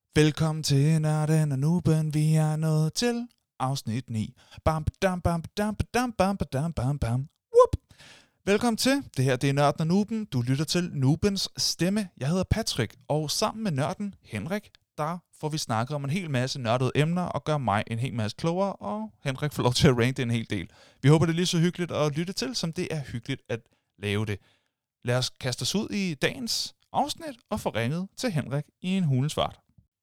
Velkommen til Nørden og Nuben, vi er nået til afsnit 9. Bam, bam, bam, bam, bam, bam, bam, bam, bam. Whoop. Velkommen til, det her det er Nørden og Nuben, du lytter til Nubens stemme. Jeg hedder Patrick, og sammen med nørden Henrik, der får vi snakket om en hel masse nørdede emner og gør mig en hel masse klogere, og Henrik får lov til at ranke en hel del. Vi håber det er lige så hyggeligt at lytte til, som det er hyggeligt at lave det. Lad os kaste os ud i dagens afsnit og få ringet til Henrik i en hulens fart.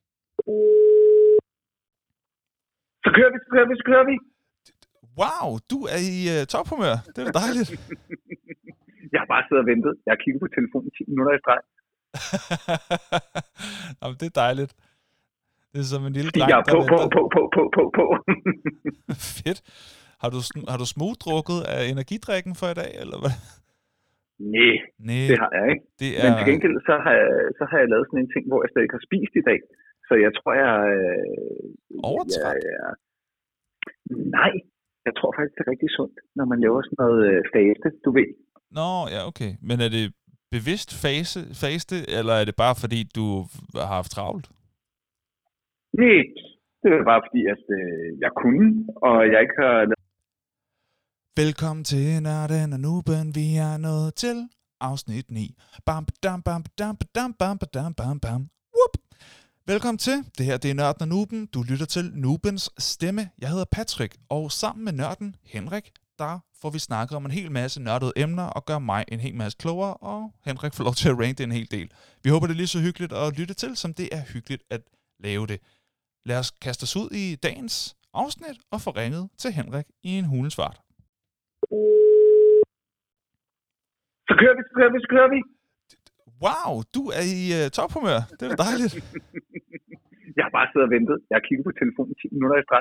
Så kører vi. Wow, du er i tophumør. Det er da dejligt. Jeg har bare siddet og ventet. Jeg har kigget på telefonen 10 minutter i streg. Jamen, det er dejligt. Det er som en lille dreng, Jeg er på. Fedt. Har du smugdrukket af energidrikken for i dag, eller hvad? Nej, det har jeg ikke. Men til gengæld, så har jeg lavet sådan en ting, hvor jeg stadig ikke har spist i dag. Så jeg tror, overtræt? Nej, jeg tror faktisk, det er rigtig sundt, når man laver sådan noget faste, du ved. Nå, ja, okay. Men er det bevidst faste, eller er det bare fordi, du har haft travlt? Nej, det er bare fordi, at jeg kunne, og jeg ikke har lavet. Velkommen til Nørden og Nuben, vi er nået til afsnit 9. Bam, bam, bam, bam, bam, bam, bam, bam, bam. Whoop. Velkommen til, det her det er Nørden og Nuben, du lytter til Nubens stemme. Jeg hedder Patrick, og sammen med nørden Henrik, der får vi snakket om en hel masse nørdede emner og gør mig en hel masse klogere, og Henrik får lov til at ranke en hel del. Vi håber det er lige så hyggeligt at lytte til, som det er hyggeligt at lave det. Lad os kaste os ud i dagens afsnit og få ringet til Henrik i en hulens fart. Så kører vi. Wow, du er i tophumør. Det er da dejligt. Jeg har bare siddet og ventet. Jeg har kigget på telefonen 10 minutter i streg.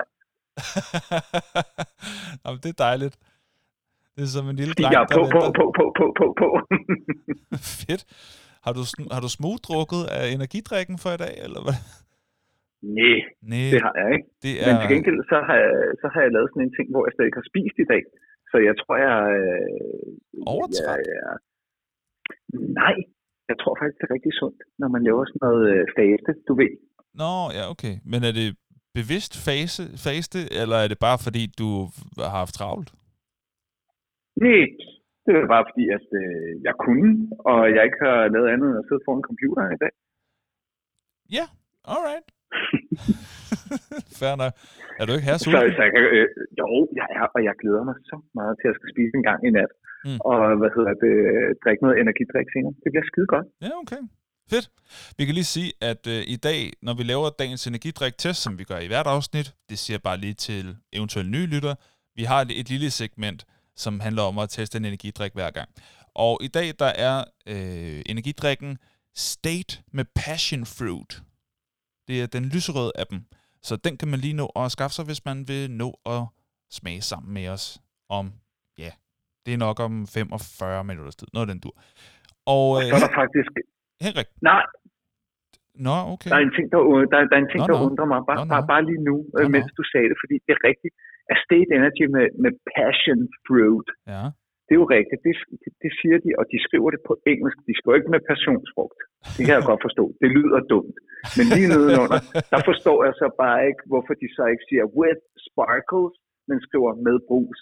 Jamen, det er dejligt. Det er som en lille dreng, Jeg er på. Fedt. Har du smugdrukket af energidrikken for i dag, eller hvad? Nej, det har jeg ikke. Men til gengæld, så har jeg lavet sådan en ting, hvor jeg stadig ikke har spist i dag. Så jeg tror, overtræt? Nej, jeg tror faktisk, det er rigtig sundt, når man laver sådan noget faste, du ved. Nå, ja, okay. Men er det bevidst faste, eller er det bare fordi, du har haft travlt? Nej, det er bare fordi, at jeg kunne, og jeg ikke har lavet andet end at sidde foran computeren i dag. Ja, alright. Fair nok. Er du ikke her sulten? Jo, jeg er, og jeg glæder mig så meget til at skal spise en gang i nat. Og drikke noget energidrik senere. Det bliver skide godt. Ja, okay. Fedt. Vi kan lige sige, at i dag, når vi laver dagens energidrik-test, som vi gør i hvert afsnit, det siger bare lige til eventuelle nye lyttere, vi har et lille segment, som handler om at teste en energidrik hver gang. Og i dag, der er energidrikken State med Passion Fruit. Det er den lyserøde af dem. Så den kan man lige nå at skaffe sig, hvis man vil nå at smage sammen med os om, ja, det er nok om 45 minutters tid. Noget af den dur. Og så er der faktisk... Henrik? Nej. Nå, okay. Der er en ting, der undrer mig. Bare lige nu, mens du sagde det, fordi det er rigtigt. At State Energy med Passion Fruit. Ja. Det er jo rigtigt. Det siger de, og de skriver det på engelsk. De skriver ikke med passionsfrugt. Det kan jeg godt forstå. Det lyder dumt. Men lige nedenunder, der forstår jeg så bare ikke, hvorfor de så ikke siger with sparkles, men skriver med brus.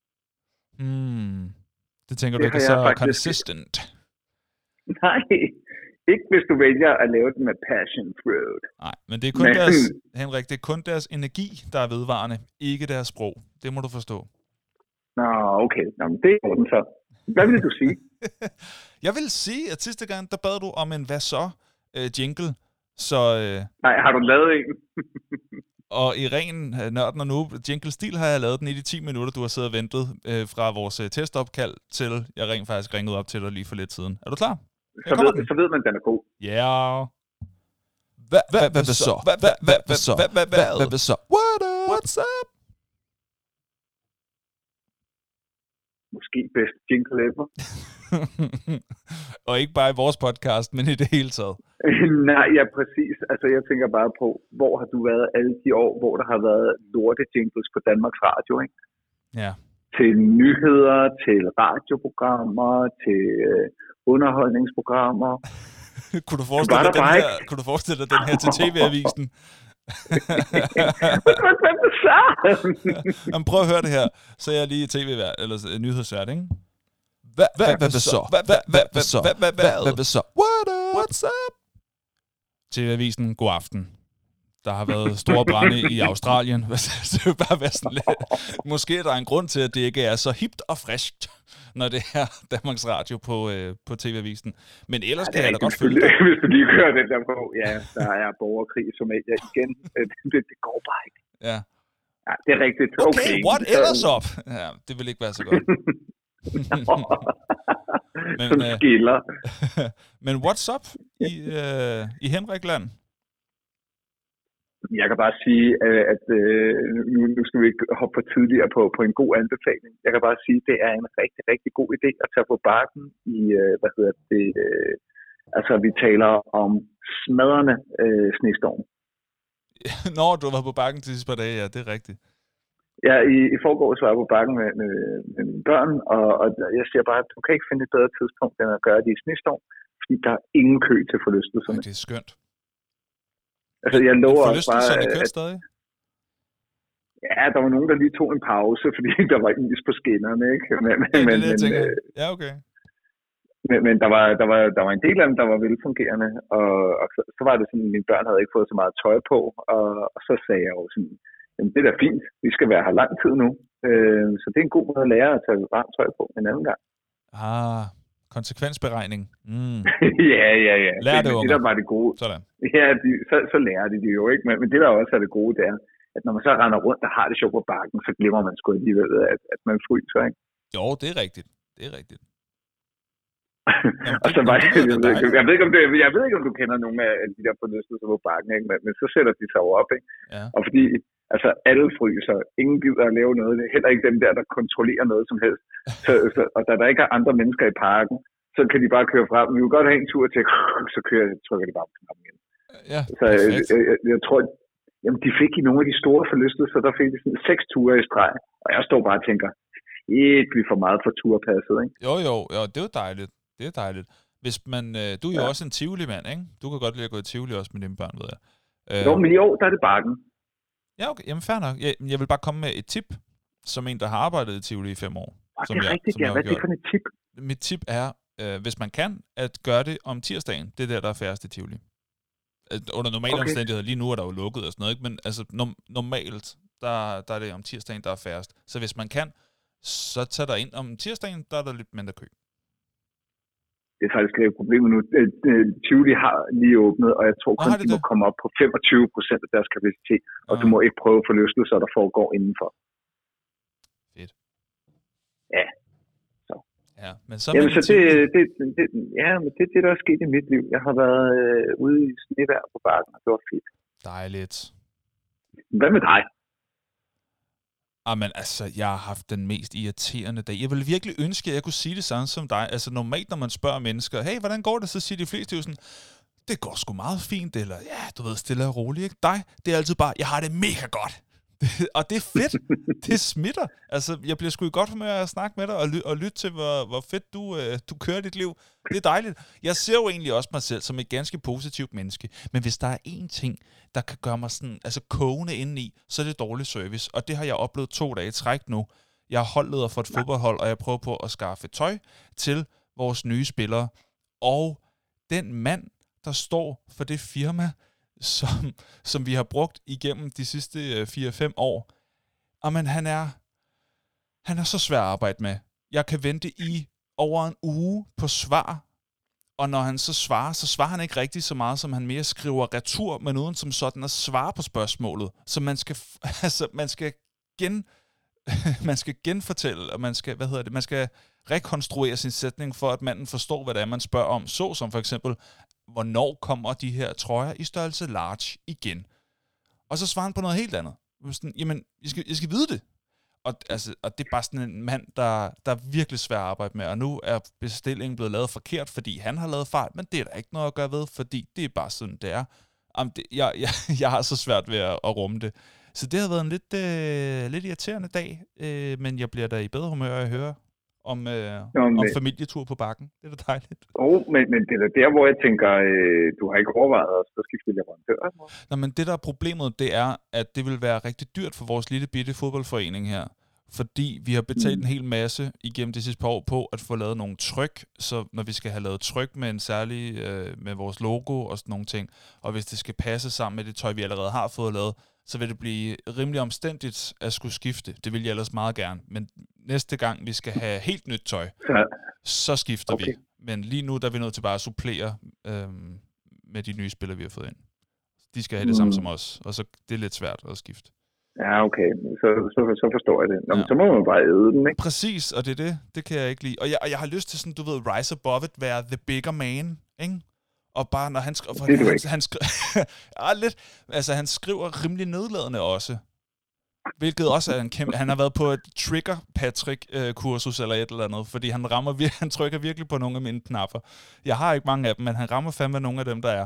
Det tænker du ikke så consistent? Nej, ikke hvis du vælger at lave det med passion fruit. Nej, men det er kun deres, Henrik, det er kun deres energi, der er vedvarende, ikke deres sprog. Det må du forstå. Nå, okay. Nå, men det er den så. Hvad vil du sige? Jeg vil sige, at sidste gang, der bad du om en hvad så jingle, så... Nej, har du lavet en? Og i ren nørden og nu jingle-stil har jeg lavet den i de 10 minutter, du har siddet og ventet fra vores testopkald til jeg rent faktisk ringede op til dig lige for lidt siden. Er du klar? Så ved man, den er god. Ja. Hvad så? Hvad så? What's up? Måske bedst jingle ever. Og ikke bare i vores podcast, men i det hele taget. Nej, ja, præcis. Altså, jeg tænker bare på, hvor har du været alle de år, hvor der har været lorte jingles på Danmarks Radio, ikke? Ja. Til nyheder, til radioprogrammer, til underholdningsprogrammer. Kunne du forestille dig den her til TV-avisen? Hvad så? Jamen, prøv at høre det her. Så er jeg lige tv-vært, eller nyhedsvært, ikke? Hvad så? Hvad så? What's up? TV-avisen, god aften. Der har været store brande i Australien. Det vil bare være sådan lidt. Måske er der en grund til, at det ikke er så hipt og friskt, når det er Danmarks Radio på TV-avisen. Men ellers kan jeg da godt følge det. Hvis du lige kører den der på, ja, der er borgerkrig i Somalia igen. Det går bare ikke. Ja. Ja, det er rigtigt. Okay, what else up? Ja, det vil ikke være så godt. Som skiller. Men what's up i Henrikland? Jeg kan bare sige, at nu skal vi ikke hoppe for tidligere på en god anbefaling. Jeg kan bare sige, at det er en rigtig, rigtig god idé at tage på Bakken i, altså vi taler om smadrende snestorm. Nå, du har været på Bakken til sidste par dage, ja, det er rigtigt. Ja, i forgårs var jeg på Bakken med mine børn, og jeg siger bare, at du kan ikke finde et bedre tidspunkt, end at gøre det i snestorm, fordi der er ingen kø til forlystelserne. Det er skønt. Altså, jeg lover også bare, at stadig? Ja, der var nogen, der lige tog en pause, fordi der var is på skinnerne, ikke? Ja, okay. Men der var en del af dem, der var velfungerende, og så var det sådan, at mine børn havde ikke fået så meget tøj på, og så sagde jeg jo sådan, jamen det er da fint, vi skal være her lang tid nu, så det er en god måde at lære at tage varmt tøj på en anden gang. Konsekvensberegning. ja. Lærer det, det der var det gode. Sådan. Ja, så lærer de det jo ikke, men det der også er det gode, det er, at når man så render rundt og har det sjovt på Bakken, så glemmer man sgu alligevel, at man fryser, ikke? Jo, det er rigtigt. Jamen, og så var jeg ved ikke, om du kender nogle af de der forlystelser på Bakken, ikke? Men så sætter de sig op, ikke? Ja. Og fordi altså alle fryser, ingen gider at lave noget, heller ikke dem der kontrollerer noget som helst. Og da der ikke er andre mennesker i parken, så kan de bare køre frem. Vi vil godt have en tur til, så trykker de bare på knappen igen. Ja, så jeg tror, jamen de fik i nogle af de store forlystelser, der fik de sådan 6 ture i streg. Og jeg står bare og tænker, vi får meget for turpasset, ikke? Jo, det er jo dejligt. Det er dejligt. Hvis man, du er jo også en Tivoli-mand, ikke? Du kan godt lide at gå i Tivoli også med dine børn, ved jeg. Jo, men i år, der er det Bakken. Ja, okay. Jamen, fair nok. Jeg vil bare komme med et tip, som en, der har arbejdet i Tivoli i 5 år. Det er rigtigt, ja. Hvad er det for et tip? Mit tip er, hvis man kan, at gøre det om tirsdagen. Det er der er færrest i Tivoli. Under normale omstændigheder. Lige nu er der jo lukket og sådan noget, ikke? Men altså, normalt, der er det om tirsdagen, der er færrest. Så hvis man kan, så tag der ind om tirsdagen, der er der lidt mindre kø. Det er faktisk et problem nu. Tivoli har lige åbnet, og jeg tror kun, de må komme op på 25% af deres kapacitet, og du må ikke prøve forlystelser, der foregår indenfor. Fedt. Ja. Så. Ja, men så jamen, så det der er sket i mit liv. Jeg har været ude i snevejr på Bakken, og det var fedt. Dejligt. Hvad med dig? Men altså, jeg har haft den mest irriterende dag. Jeg ville virkelig ønske, at jeg kunne sige det samme som dig. Altså normalt, når man spørger mennesker, hey, hvordan går det? Så siger de fleste jo sådan, det går sgu meget fint, eller ja, du ved, stille og roligt, ikke? Dig, det er altid bare, jeg har det mega godt. Og det er fedt. Det smitter. Altså, jeg bliver sgu i godt humør at snakke med dig og lytte til, hvor fedt du kører dit liv. Det er dejligt. Jeg ser jo egentlig også mig selv som et ganske positivt menneske. Men hvis der er én ting, der kan gøre mig sådan, altså kogende indeni, så er det dårlig service. Og det har jeg oplevet 2 dage i træk nu. Jeg er holdleder for et fodboldhold, og jeg prøver på at skaffe tøj til vores nye spillere. Og den mand, der står for det firma, som vi har brugt igennem de sidste 4-5 år. Men han er så svær at arbejde med. Jeg kan vente i over en uge på svar, og når han så svarer han ikke rigtig så meget, som han mere skriver retur, men uden som sådan at svare på spørgsmålet. Så man skal genfortælle, og man skal rekonstruere sin sætning, for at manden forstår, hvad det er, man spørger om. Så som for eksempel, hvornår kommer de her trøjer i størrelse large igen? Og så svarer han på noget helt andet. Sådan, jamen, jeg skal vide det. Og det er bare sådan en mand, der er virkelig svær at arbejde med. Og nu er bestillingen blevet lavet forkert, fordi han har lavet fejl, men det er der ikke noget at gøre ved, fordi det er bare sådan, det er. Jeg har så svært ved at rumme det. Så det har været en lidt irriterende dag, men jeg bliver da i bedre humør at høre om familietur på bakken. Det er da dejligt. Men det er der, hvor jeg tænker, du har ikke overvejet at så skifte leverandør? Nå, men det der er problemet, det er, at det vil være rigtig dyrt for vores lille bitte fodboldforening her. Fordi vi har betalt en hel masse igennem de sidste par år på at få lavet nogle tryk, så når vi skal have lavet tryk med en særlig, med vores logo og sådan nogle ting, og hvis det skal passe sammen med det tøj, vi allerede har fået lavet, så vil det blive rimelig omstændigt at skulle skifte. Det vil jeg ellers meget gerne. Men næste gang vi skal have helt nyt tøj, så skifter vi. Men lige nu der er vi nødt til bare at supplere med de nye spillere, vi har fået ind. De skal have det samme som os, og så det er lidt svært at skifte. Ja, okay. Så forstår jeg det. Nå, ja. Så må man bare æde den, ikke? Præcis, og det er det. Det kan jeg ikke lide. Og jeg har lyst til sådan, du ved, rise above it, være the bigger man, ikke? Og bare når han skriver... han skriver rimelig nedladende også. Hvilket også er en kæmpe... Han har været på et Trigger Patrick-kursus eller et eller andet, fordi han trykker virkelig på nogle af mine knapper. Jeg har ikke mange af dem, men han rammer fandme nogle af dem, der er.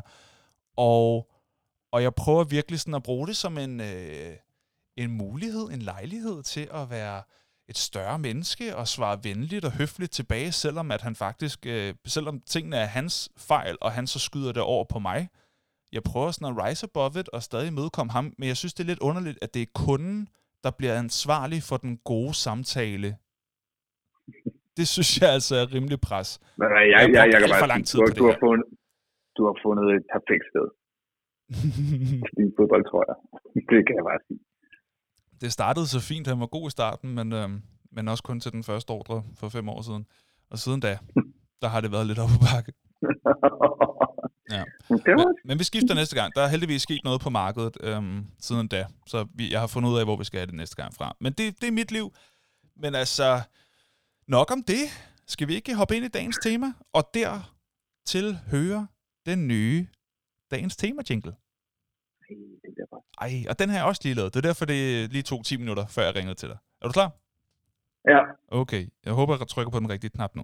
Og jeg prøver virkelig sådan at bruge det som en mulighed, en lejlighed til at være et større menneske og svare venligt og høfligt tilbage, selvom at han faktisk, selvom tingene er hans fejl, og han så skyder det over på mig. Jeg prøver sådan at rise above it og stadig imødekomme ham, men jeg synes, det er lidt underligt, at det er kunden, der bliver ansvarlig for den gode samtale. Det synes jeg altså er rimelig pres. Men jeg kan bare for lang tid du har fundet et perfekt sted. Din fodbold, tror jeg. Det kan jeg bare sige. Det startede så fint, han var god i starten, men også kun til den første ordre for 5 år siden. Og siden da, der har det været lidt op ad bakke. Ja. Men vi skifter næste gang. Der er heldigvis sket noget på markedet siden da, så jeg har fundet ud af, hvor vi skal have det næste gang fra. Men det er mit liv. Men altså, nok om det. Skal vi ikke hoppe ind i dagens tema? Og dertil høre den nye dagens tema-jingle. Ej, og den har jeg også lige lavet. Det er derfor, det lige tog 10 minutter, før jeg ringede til dig. Er du klar? Ja. Okay, jeg håber, jeg trykker på den rigtige knap nu.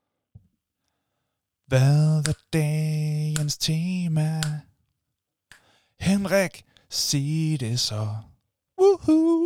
Hvad er dagens tema? Henrik, sig det så. Woohoo!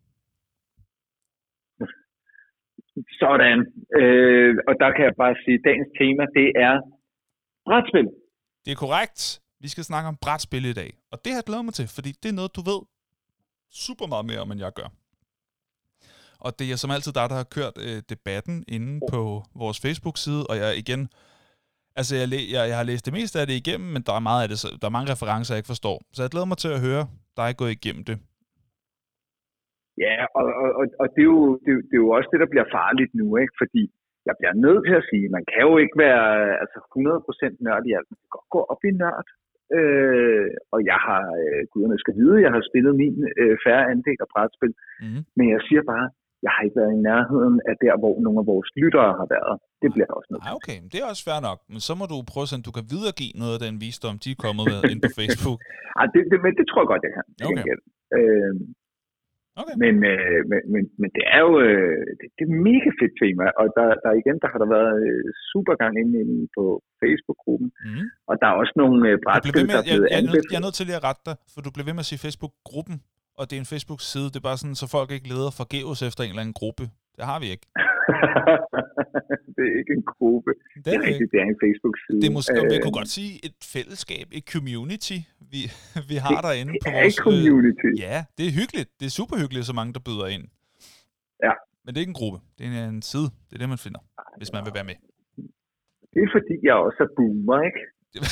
Sådan. Og der kan jeg bare sige, at dagens tema, det er brætspil. Det er korrekt. Vi skal snakke om brætspil i dag. Og det har jeg glædet mig til, fordi det er noget, du ved super meget mere om, end jeg gør. Og det er som altid der har kørt debatten inde på vores Facebook-side, og jeg igen... Altså, jeg har læst det meste af det igennem, men der er meget af det, der er mange referencer, jeg ikke forstår. Så jeg glæder mig til at høre dig gå igennem det. Ja, og det er jo også det, der bliver farligt nu, ikke? Fordi jeg bliver nødt til at sige, man kan jo ikke være 100% nørd i alt. Man kan godt gå op i nørd. Og jeg har, guderne skal vide, jeg har spillet min færre andel af brætspil. Men jeg siger bare, jeg har ikke været i nærheden af der, hvor nogle af vores lyttere har været. Det bliver også noget. Okay, det er også fair nok. Men så må du prøve sådan, du kan videregive noget af den visdom, de er kommet med ind på Facebook. Men det tror jeg godt, jeg kan. Okay. Okay. Men det er jo det er mega fedt tema, og der har der været super gang inde på Facebook-gruppen, og der er også nogle brætspil, der er blevet anbefalet. Jeg er nødt til lige at rette dig, for du bliver ved med at sige Facebook-gruppen, og det er en Facebook-side. Det er bare sådan, så folk ikke leder forgæves efter en eller anden gruppe. Det har vi ikke. Det er ikke en gruppe. Det er rigtigt, det er en Facebook-side. Det er måske, vi kunne godt sige et fællesskab, et community, vi har derinde på vores... Det er community. Ja, det er hyggeligt. Det er super hyggeligt, så mange der byder ind. Ja. Men det er ikke en gruppe. Det er en side. Det er det, man finder, hvis man vil være med. Det er fordi, jeg også er boomer, ikke?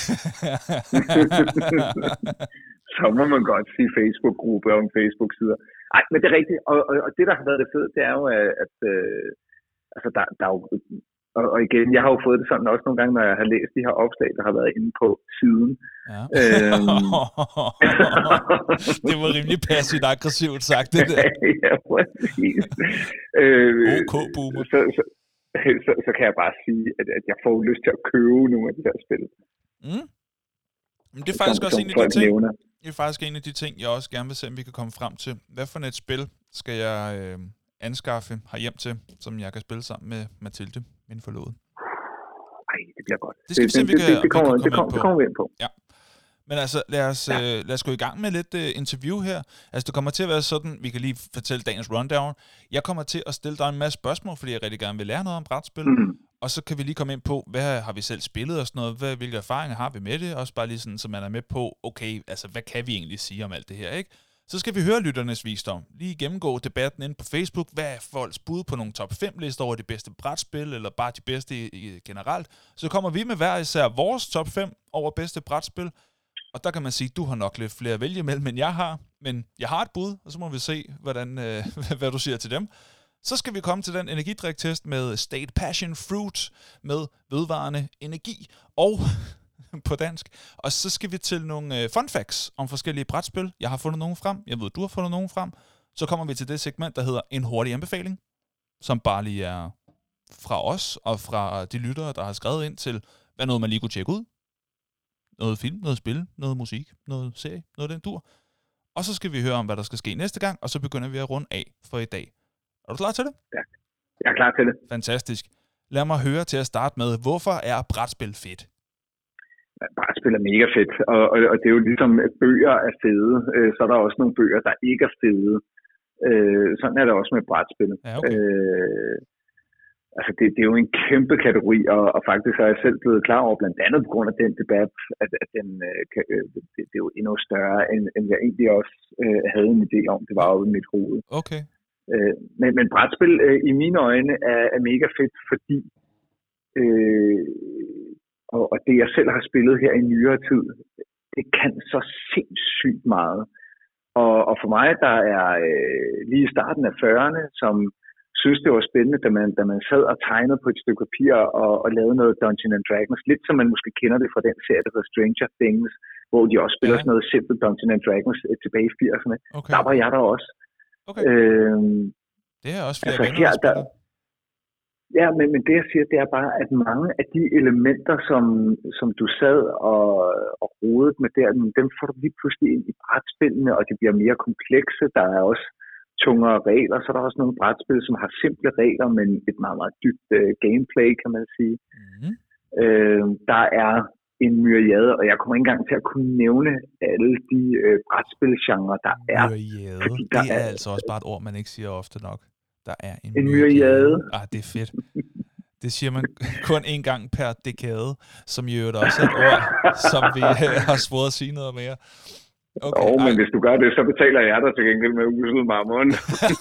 Så må man godt sige Facebook-gruppe og en Facebook-sider. Nej, men det er rigtigt. Og det, der har været det fede, det er jo, at altså, der er jo... Og igen, jeg har jo fået det sådan også nogle gange, når jeg har læst de her opslag, der har været inde på siden. Ja. Det var rimelig passivt aggressivt sagt, det der. Ja, præcis. Boomer. Så kan jeg bare sige, at jeg får lyst til at købe nogle af de her spil. Men det er faktisk også en af de ting, det er faktisk en af de ting, jeg også gerne vil se, om vi kan komme frem til. Hvad for et spil skal jeg anskaffe hjem til, som jeg kan spille sammen med Mathilde, min forlovede? Ej, det bliver godt. Det skal vi se, om vi kan komme ind på. Det kommer vi ind på. Ja. Men altså, lad os gå i gang med lidt interview her. Altså, det kommer til at være sådan, vi kan lige fortælle dagens rundown. Jeg kommer til at stille dig en masse spørgsmål, fordi jeg rigtig gerne vil lære noget om brætspil. Og så kan vi lige komme ind på, hvad har vi selv spillet og sådan noget, hvilke erfaringer har vi med det, også bare lige sådan, så man er med på, okay, altså, hvad kan vi egentlig sige om alt det her, ikke? Så skal vi høre lytternes visdom. Lige gennemgå debatten inde på Facebook. Hvad er folks bud på nogle top 5 lister over de bedste brætspil, eller bare de bedste generelt? Så kommer vi med hver især vores top 5 over bedste brætspil. Og der kan man sige, at du har nok lidt flere at vælge imellem, end jeg har. Men jeg har et bud, og så må vi se, hvad du siger til dem. Så skal vi komme til den energidriktest med State Passion Fruit med vedvarende energi og på dansk. Og så skal vi til nogle fun facts om forskellige brætspil. Jeg har fundet nogle frem. Jeg ved, du har fundet nogle frem. Så kommer vi til det segment, der hedder en hurtig anbefaling, som bare lige er fra os og fra de lyttere, der har skrevet ind til, hvad noget man lige kunne tjekke ud. Noget film, noget spil, noget musik, noget serie, noget den dur. Og så skal vi høre om, hvad der skal ske næste gang, og så begynder vi at runde af for i dag. Er du klar til det? Ja, jeg er klar til det. Fantastisk. Lad mig høre til at starte med, hvorfor er brætspil fedt? Brætspil er mega fedt, og det er jo ligesom, at bøger er fede, så er der også nogle bøger, der ikke er fede. Sådan er det også med brætspil. Ja, okay. Altså det er jo en kæmpe kategori, og faktisk er jeg selv blevet klar over, blandt andet på grund af den debat, at den, det er jo endnu større, end jeg egentlig også havde en idé om. Det var jo i mit hoved. Okay. Men brætspil i mine øjne er mega fedt, fordi og det jeg selv har spillet her i nyere tid, det kan så sindssygt meget. Og for mig, der er lige i starten af 40'erne, som synes, det var spændende, da man sad og tegnede på et stykke papir og lavede noget Dungeons and Dragons. Lidt som man måske kender det fra den serie, der hedder Stranger Things, hvor de også spiller sådan noget simpelt Dungeons and Dragons tilbage i 80'erne. Okay. Der var jeg der også. Okay. Det er også flere altså, venner, der spiller. Ja, men det jeg siger, det er bare, at mange af de elementer, som du sad og rodede med der, dem får du lige pludselig ind i brætspillene, og de bliver mere komplekse. Der er også tungere regler, så er der også nogle brætspil, som har simple regler, men et meget, meget dybt gameplay, kan man sige. Mm-hmm. Der er en myriade, og jeg kommer ikke engang til at kunne nævne alle de brætspilgenre, der er. Myriade, det er altså også bare et ord, man ikke siger ofte nok. Der er en myriade. Det er fedt. Det siger man kun en gang per dekade, som jo også er et ord, som vi har svoret at sige noget mere. Okay, men hvis du gør det, så betaler jeg dig til gengæld med udsud marmoren.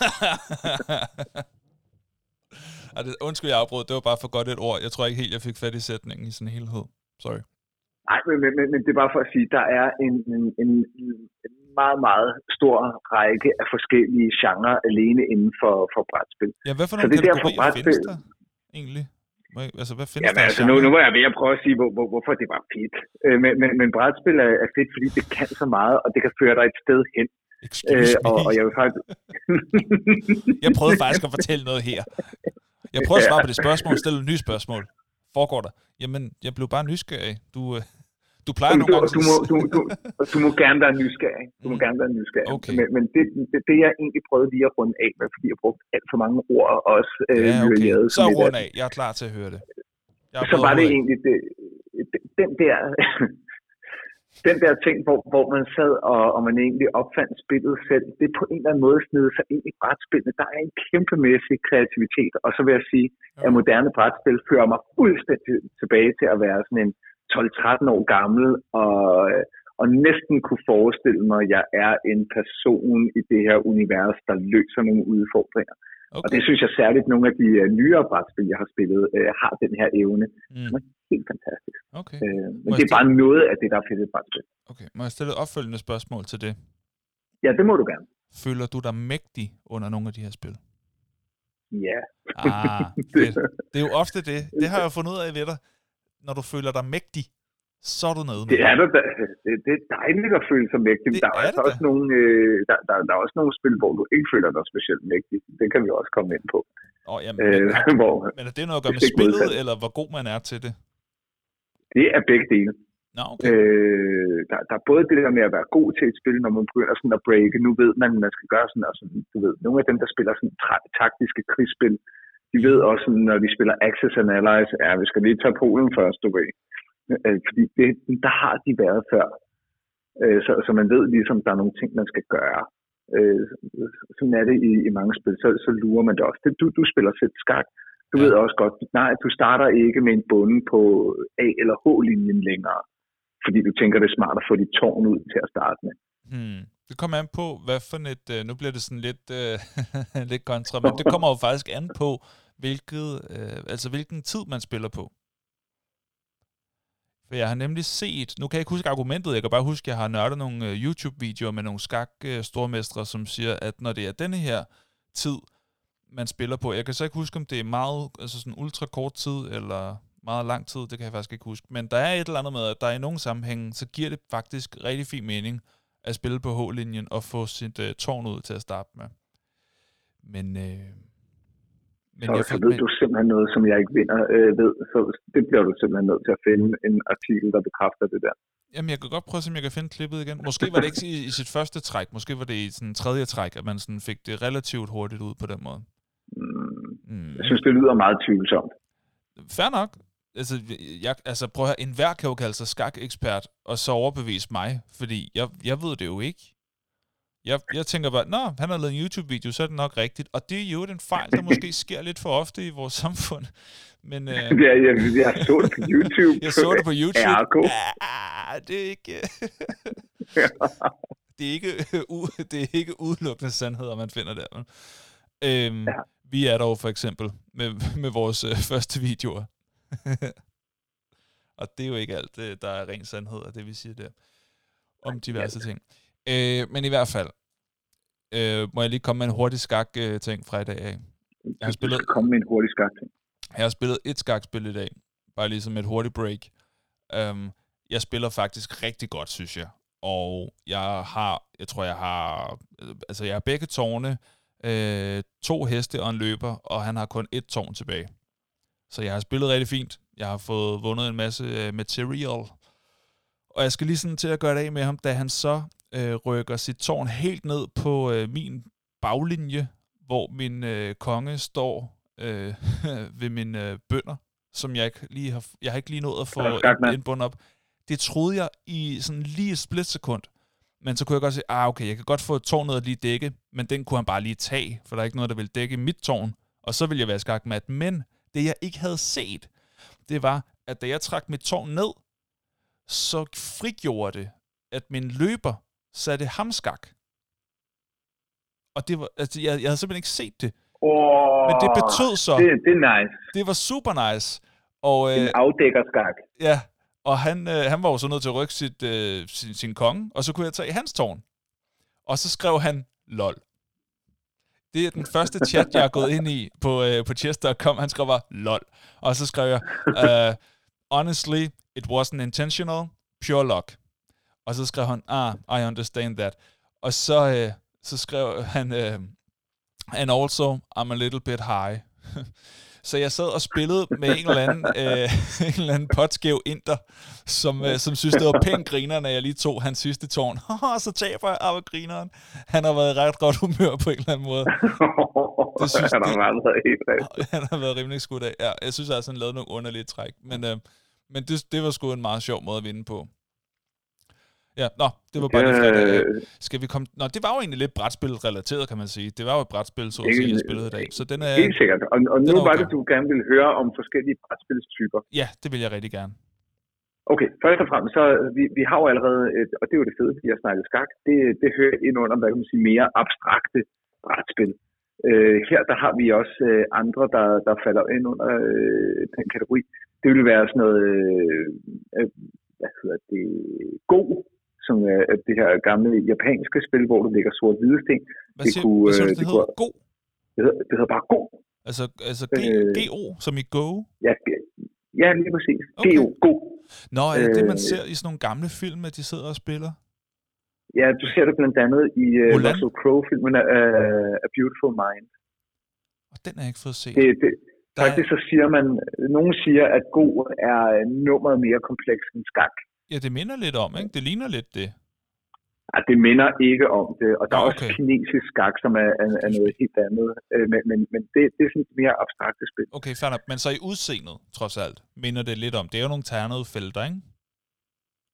Undskyld, jeg afbrød. Det var bare for godt et ord. Jeg tror ikke helt, jeg fik fat i sætningen i sin helhed. Sorry. Nej, men det er bare for at sige, der er en meget, meget stor række af forskellige genrer alene inden for brætspil. Ja, hvad for nogle kategorier findes der egentlig? Altså, hvad findes der? Altså, nu var jeg ved at prøve at sige, hvorfor det var fedt. Men brætspil er fedt, fordi det kan så meget, og det kan føre dig et sted hen. Og jeg vil faktisk... Jeg prøvede faktisk at fortælle noget her. Jeg prøvede at svare på det spørgsmål, stille et nyt spørgsmål. Foregår der? Jamen, jeg blev bare nysgerrig. Du plejer nogle gange... Du må gerne være nysgerrig. Okay. Men det jeg egentlig prøvede lige at runde af med, fordi jeg brugte alt for mange ord også. Okay. Så rund af. Jeg er klar til at høre det. Så var det egentlig den der ting, hvor man sad, og man egentlig opfandt spillet selv, det på en eller anden måde sned sig ind i brætspillet. Der er en kæmpemæssig kreativitet, og så vil jeg sige, at moderne brætspil fører mig fuldstændig tilbage til at være sådan en 12-13 år gammel, og næsten kunne forestille mig, at jeg er en person i det her univers, der løser nogle udfordringer. Okay. Og det synes jeg særligt, nogle af de nyere brætspil, jeg har spillet, har den her evne. Det er helt fantastisk. Okay. Men det er bare noget af det, der er fedt i brætspil. Okay. Må jeg stille et opfølgende spørgsmål til det? Ja, det må du gerne. Føler du dig mægtig under nogle af de her spil? Ja. Fedt. Det er jo ofte det. Det har jeg fundet ud af ved dig. Når du føler dig mægtig, så er du nede med. Det er dejligt at føle sig mægtig. Der er altså også nogle, der er også nogle spil, hvor du ikke føler dig specielt mægtig. Det kan vi også komme ind på. Men er det noget at gøre med spillet, eller hvor god man er til det? Det er begge dele. Nå, okay. Der er både det der med at være god til et spil, når man begynder sådan at breake. Nu ved man skal gøre sådan, og sådan, du ved, nogle af dem, der spiller sådan taktiske krigsspil, de ved også, når de spiller Axis and Allies, vi skal lige tage Polen først, du ved. Fordi der har de været før. Så man ved ligesom, der er nogle ting, man skal gøre. Sådan er det i mange spil, så lurer man det også. Du spiller selv skak. Du ved også godt, nej, du starter ikke med en bunde på A- eller H-linjen længere, fordi du tænker, det er smart at få dit tårn ud til at starte med. Det kommer an på, hvad for et, nu bliver det sådan lidt, lidt kontra, men det kommer jo faktisk an på, hvilken tid man spiller på. For jeg har nemlig set, nu kan jeg ikke huske argumentet, jeg kan bare huske, at jeg har nørdet nogle YouTube-videoer med nogle skak-stormestre, som siger, at når det er denne her tid, man spiller på, jeg kan så ikke huske, om det er meget, altså sådan ultra kort tid, eller meget lang tid, det kan jeg faktisk ikke huske, men der er et eller andet med, at der i nogle sammenhænge, så giver det faktisk rigtig fin mening at spille på H-linjen og få sit tårn ud til at starte med. Men så ved du simpelthen noget, som jeg ikke ved, så det bliver du simpelthen nødt til at finde en artikel, der bekræfter det der. Jamen, jeg kan godt prøve, om jeg kan finde klippet igen. Måske var det ikke i sit første træk, måske var det i sådan tredje træk, at man sådan fik det relativt hurtigt ud på den måde. Jeg synes, det lyder meget tvivlsomt. Fair nok. Altså, prøv at høre, enhver kan jo kalde sig skak-ekspert, og så overbevise mig, fordi jeg ved det jo ikke. Jeg tænker bare, han har lavet en YouTube-video, så er det nok rigtigt. Og det er jo en fejl, der måske sker lidt for ofte i vores samfund. Men, jeg så det på YouTube. Jeg så det på YouTube. Ergo. Det er ikke... det er ikke udelukkende sandheder, man finder der. Vi er dog for eksempel med vores første videoer. Og det er jo ikke alt, der er ren sandhed af det, vi siger der. Om diverse ting. Men i hvert fald, må jeg lige komme med en hurtig skak-ting fra i dag af. Komme med en hurtig skak-ting. Jeg har spillet et skakspil i dag, bare ligesom et hurtigt break. Jeg spiller faktisk rigtig godt, synes jeg. Og jeg har begge tårne, 2 heste og en løber, og han har kun 1 tårn tilbage. Så jeg har spillet rigtig fint. Jeg har fået vundet en masse material. Og jeg skal lige sådan til at gøre det af med ham, da han så rykker sit tårn helt ned på min baglinje, hvor min konge står ved mine bønder, som jeg har ikke lige nået at få en bund op. Det troede jeg i sådan lige et splitsekund. Men så kunne jeg godt sige, okay, jeg kan godt få et tårn ned at lige dække, men den kunne han bare lige tage, for der er ikke noget, der vil dække mit tårn. Og så ville jeg være skakmat. Men det jeg ikke havde set, det var, at da jeg trak mit tårn ned, så frigjorde det, at min løber satte ham skak. Og det var, altså, jeg havde simpelthen ikke set det. Men det betød så... Det er nice. Det var super nice. Og, en afdækkerskak. Ja, og han var jo så nødt til at rykke sin konge, og så kunne jeg tage hans tårn. Og så skrev han, lol. Det er den første chat, jeg er gået ind i på chess.com. Han skrev bare, lol. Og så skrev jeg, honestly, it wasn't intentional, pure luck. Og så skrev han, I understand that. Og så skrev han, and also, I'm a little bit high. Så jeg sad og spillede med en eller anden potskæv inder, som synes, det var pænt griner, når jeg lige tog hans sidste tårn. Så taber jeg af grineren. Han har været i ret godt humør på en eller anden måde. Han har været rimelig skudt af. Ja, jeg synes altså, han lavede nogle underlige træk. Men det var sgu en meget sjov måde at vinde på. Ja, det var bare lige fredag. Skal vi komme... det var jo egentlig lidt brætspil-relateret, kan man sige. Det var jo et brætspil, så at sige, jeg spillede i dag. Så den er... Helt sikkert. Og nu var det, du gerne ville høre om forskellige brætspilstyper. Ja, det vil jeg rigtig gerne. Okay, først og fremmest, så vi har jo allerede, og det er jo det fede, fordi jeg snakker skak, det hører ind under, hvad kan man sige, mere abstrakte brætspil. Her der har vi også andre, der falder ind under den kategori. Det vil være sådan noget, Go, som er det her gamle japanske spil, hvor du lægger sort-hvide sten. Hvad siger du, det hedder? Go? Det hedder bare Go. Altså G-O, som i Go? Ja, lige præcis. Okay. Go. Nå, er det det, man ser i sådan nogle gamle film, at de sidder og spiller? Ja, du ser det blandt andet i Russell Crowe-filmen A Beautiful Mind. Og den har jeg ikke fået set. Faktisk så siger nogen siger, at Go er nummeret mere kompleks end skak. Ja, det minder lidt om, ikke? Det ligner lidt det. Ja, det minder ikke om det. Og der er også kinesisk skak, som er noget helt andet. Men det er sådan et mere abstrakte spil. Okay, fair nok. Men så i udseendet, trods alt, minder det lidt om. Det er jo nogle ternede felter, ikke?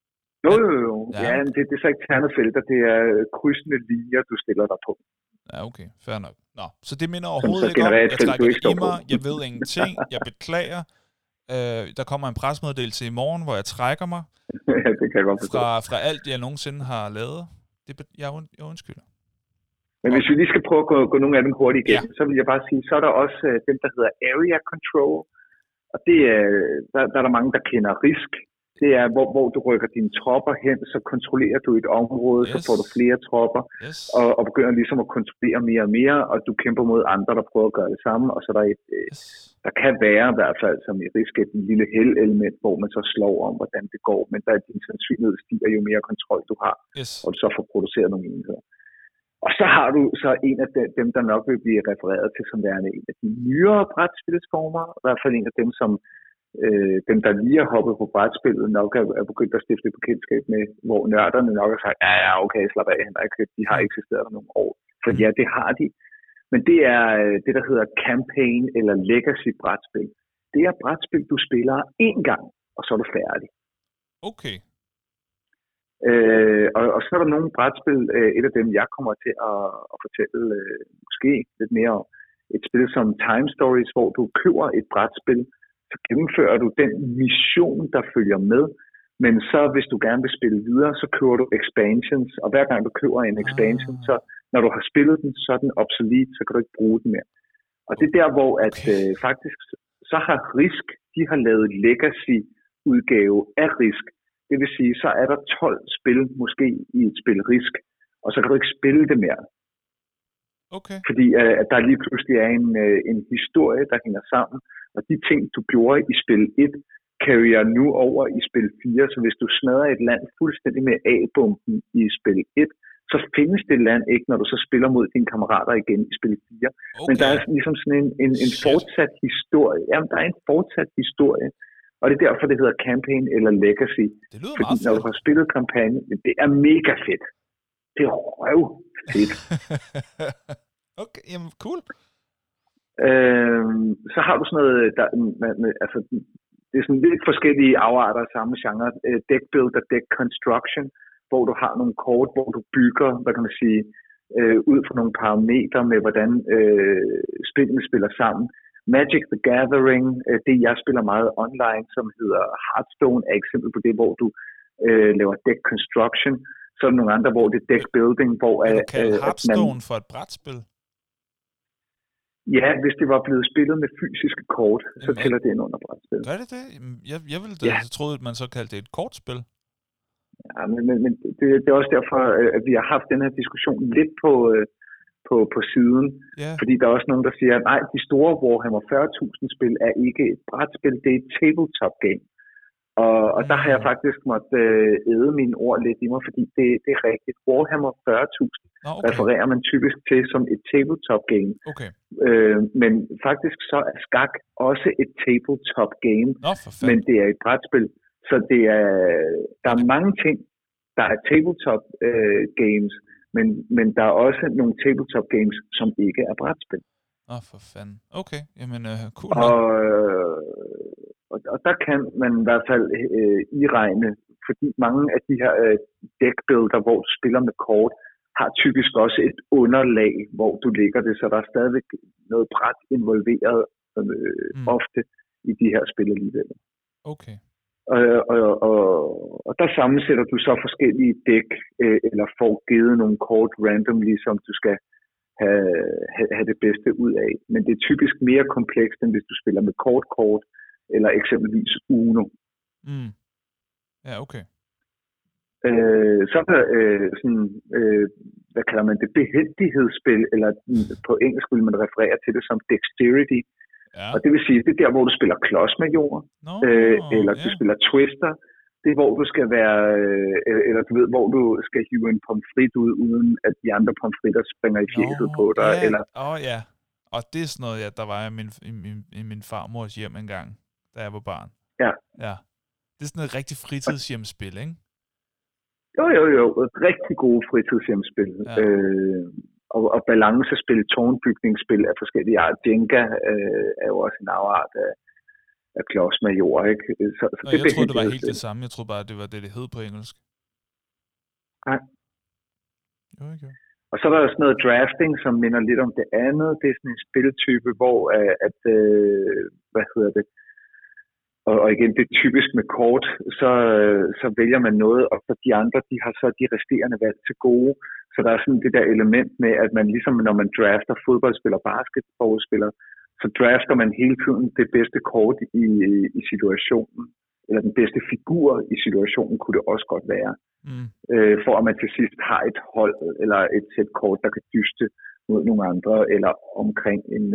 Jo. Ja, men det er så ikke ternede felter, det er krydsende linjer, du stiller dig på. Ja, okay. Fair nok. Nå, så det minder overhovedet ikke om, jeg trækker det i mig, jeg ved ingenting, jeg beklager. Der kommer en presmeddelelse i morgen, hvor jeg trækker mig Ja, det kan jeg godt forstå. fra alt, jeg nogensinde har lavet. Jeg undskylder. Men hvis vi lige skal prøve at gå nogle af dem hurtigt igennem, så vil jeg bare sige, så er der også dem, der hedder Area Control. Og det er, der er der mange, der kender Risk. Det er, hvor du rykker dine tropper hen, så kontrollerer du et område, så får du flere tropper, og begynder ligesom at kontrollere mere og mere, og du kæmper mod andre, der prøver at gøre det samme. Og så er der der kan være i hvert fald, som i Risk, et lille held-element, hvor man så slår om, hvordan det går, men der er din sandsynlighed stiger, jo mere kontrol du har, og du så får produceret nogle enheder. Og så har du så en af dem, der nok vil blive refereret til som værende en af de nyere brætspilsformer, i hvert fald en af dem, som dem, der lige har hoppet på brætspillet, nok er begyndt at stifte bekendtskab med, hvor nørderne nok har sagt, ja, okay, slap af, de har eksisteret der nogle år. For ja, det har de. Men det er det, der hedder campaign eller legacy brætspil. Det er brætspil, du spiller én gang, og så er du færdig. Okay. Og så er der nogle brætspil, et af dem, jeg kommer til at fortælle måske lidt mere om. Et spil som Time Stories, hvor du køber et brætspil, så gennemfører du den mission, der følger med. Men så hvis du gerne vil spille videre, så køber du expansions. Og hver gang du køber en expansion, så når du har spillet den, så er den obsolet, så kan du ikke bruge den mere. Og det er der, hvor at faktisk så har Risk, de har lavet legacy-udgave af Risk. Det vil sige, så er der 12 spil måske i et spil Risk, og så kan du ikke spille det mere. Okay. Fordi at der lige pludselig er en historie, der hænger sammen, og de ting, du gjorde i spil 1, carrier nu over i spil 4, så hvis du smadrer et land fuldstændig med A-bomben i spil 1, så findes det land ikke, når du så spiller mod dine kammerater igen i spil 4. Okay. Men der er ligesom sådan en fortsat historie. Jamen, der er en fortsat historie. Og det er derfor, det hedder campaign eller legacy. Det lyder fordi meget fedt. Når du har spillet kampagne, det er mega fedt. Det er røv fedt. Okay, jamen cool. Så har du sådan noget, altså det er sådan lidt forskellige afarter af samme genre. Deck build og deck construction, hvor du har nogle kort, hvor du bygger, hvad kan man sige, ud fra nogle parametre med, hvordan spillene spiller sammen. Magic the Gathering, det jeg spiller meget online, som hedder Hearthstone, er et eksempel på det, hvor du laver deck construction. Så er der nogle andre, hvor det er deck building, hvor Vil du kalde Hearthstone for et brætspil? Ja, hvis det var blevet spillet med fysiske kort, så tæller det ind under brætspil. Gør det det? Jeg ville da troede, at man så kaldte det et kortspil. Ja, men det er også derfor, at vi har haft den her diskussion lidt på siden. Yeah. Fordi der er også nogen, der siger, at nej, de store Warhammer 40.000 spil er ikke et brætspil, det er et tabletop game. Og der har jeg faktisk måttet æde mine ord lidt i mig, fordi det er rigtigt. Warhammer 40.000 refererer man typisk til som et tabletop game. Okay. Men faktisk så er skak også et tabletop game, men det er et brætspil. Så der er mange ting, der er tabletop games, men der er også nogle tabletop games, som ikke er brætspil. For fanden. Okay, jamen cool. Og der kan man i hvert fald iregne, fordi mange af de her deckbuilder, hvor du spiller med kort, har typisk også et underlag, hvor du lægger det, så der er stadigvæk noget bræt involveret ofte i de her spil alligevel. Okay. Og der sammensætter du så forskellige dæk, eller får givet nogle kort randomly, som du skal have det bedste ud af. Men det er typisk mere komplekst, end hvis du spiller med kort, eller eksempelvis Uno. Ja, okay. Så er der hvad kalder man det, behændighedsspil, eller på engelsk vil man referere til det som dexterity. Ja. Og det vil sige, det er der, hvor du spiller klodsmajor, eller du spiller twister. Det er, hvor du skal være, eller du ved, hvor du skal hive en pomfrit ud, uden at de andre pomfritter springer i fjeset på dig. Ja. Eller... ja. Og det er sådan noget, der var i min farmors hjem engang, da jeg var barn. Ja. Det er sådan noget rigtig fritidshjemspil, ikke? Jo. Rigtig gode fritidshjemspil. Ja. Og balancespil, tårnbygningsspil af forskellige art. Jenga er jo også en afart af klodsmajor, ikke? Så jeg troede, det var helt det samme. Jeg troede bare, det var det hed på engelsk. Nej. Jo, ikke. Og så er der også noget drafting, som minder lidt om det andet. Det er sådan en spiltype, hvor og igen, det er typisk med kort, så vælger man noget, og for de andre, de har så de resterende valg til gode. Så der er sådan det der element med, at man ligesom når man drafter fodboldspiller, basketballspiller, så drafter man hele tiden det bedste kort i situationen, eller den bedste figur i situationen, kunne det også godt være. For at man til sidst har et hold, eller et sæt kort, der kan dyste mod nogle andre, eller omkring en,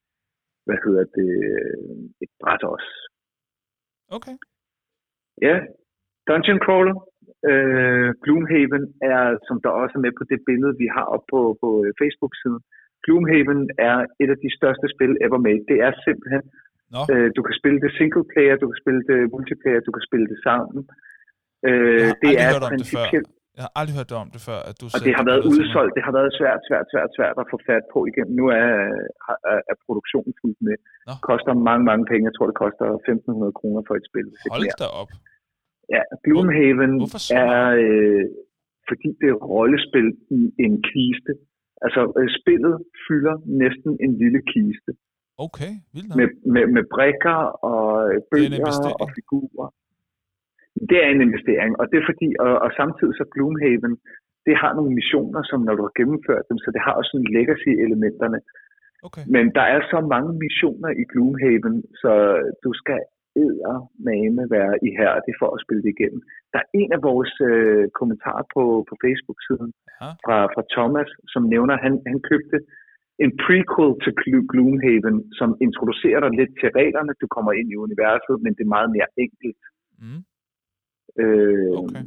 et bræt også. Okay. Ja, Dungeon Crawler. Gloomhaven er, som der også er med på det billede, vi har op på Facebook-siden. Gloomhaven er et af de største spil ever made. Det er simpelthen, du kan spille det single player, du kan spille det multiplayer, du kan spille det sammen. Det er principielt. Jeg har aldrig hørt om det før, at du. Og det har været udsolgt. Det har været svært at få fat på igen. Nu er produktionen fuldt med. Det koster mange penge. Jeg tror, det koster 1.500 kroner for et spil. Hold da op. Ja, Gloomhaven er, fordi det er rollespil i en kiste. Altså, spillet fylder næsten en lille kiste. Okay, vildt. Med brikker og bøger og figurer. Det er en investering, og det er fordi, og samtidig så Gloomhaven, det har nogle missioner, som når du har gennemført dem, så det har også sådan legacy-elementerne. Okay. Men der er så mange missioner i Gloomhaven, så du skal eddermame være ihærdig for at spille det igennem. Der er en af vores kommentarer på Facebook-siden fra Thomas, som nævner, han købte en prequel til Gloomhaven, som introducerer dig lidt til reglerne. Du kommer ind i universet, men det er meget mere enkelt. Okay.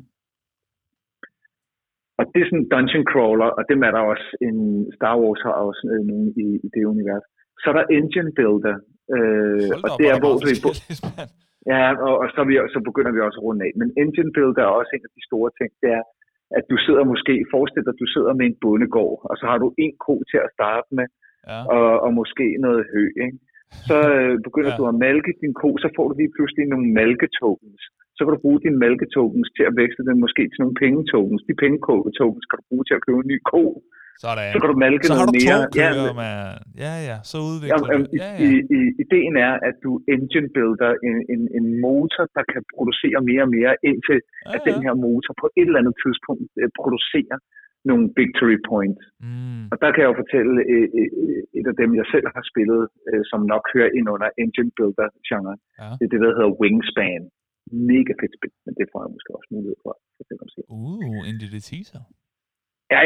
Og det er sådan en dungeon crawler, og dem er der også en Star Wars har også nogen i det univers. Så er der engine builder, og det er hvor du og så begynder vi også at runde af. Men engine builder er også en af de store ting, det er, at du sidder måske, forestil dig, at du sidder med en bondegård, og så har du en ko til at starte med, og måske noget hø, ikke? Så begynder du at malke din ko, så får du lige pludselig nogle malketokens. Så kan du bruge dine malketokens til at veksle dem måske til nogle pengetokens. De pengetokens kan du bruge til at købe en ny ko. Sådan. Så kan du malke noget mere. Så udvikler du. Ideen er, at du engine builder en motor, der kan producere mere og mere, indtil at den her motor på et eller andet tidspunkt producerer nogle victory points. Og der kan jeg jo fortælle et af dem, jeg selv har spillet, som nok hører ind under engine builder-genre. Det er det, der hedder Wingspan. Mega fedt spil, men det får jeg måske også mulighed for at fortælle om selv. En lille teaser. Ja.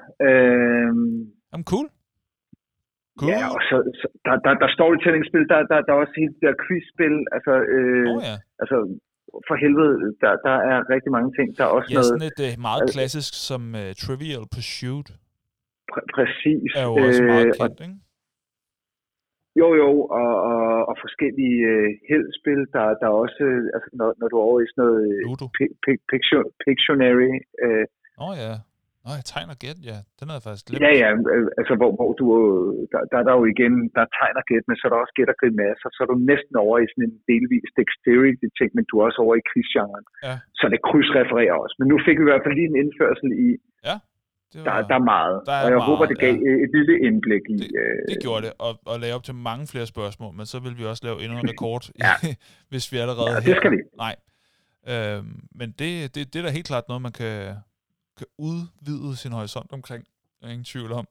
Cool. Ja, og så der storytelling-spil, der er også helt der quiz-spil, altså for helvede, der er rigtig mange ting. Der er også noget sådan et meget klassisk som Trivial Pursuit. Præcis. Er jo også meget kendt, ikke? Jo, og forskellige heldspil, der er også, altså når du er over i sådan noget Pictionary. Jeg tegner gæt, ja. Den er faktisk lidt. Ja, altså hvor du, der er der jo igen, der er tegner gæt, men så er der også gæt og gæt masser, så er du næsten over i sådan en delvis dexterity-ting, men du er også over i quiz-genren. Ja. Så det krydsrefererer også. Men nu fik vi i hvert fald lige en indførsel i, der er meget, og jeg håber, det gav et lille indblik i. Det gjorde det, og lagde op til mange flere spørgsmål, men så vil vi også lave endnu en rekord, hvis vi allerede her. Det skal vi. Nej. Men det er da helt klart noget, man kan udvide sin horisont omkring. Der er ingen tvivl om.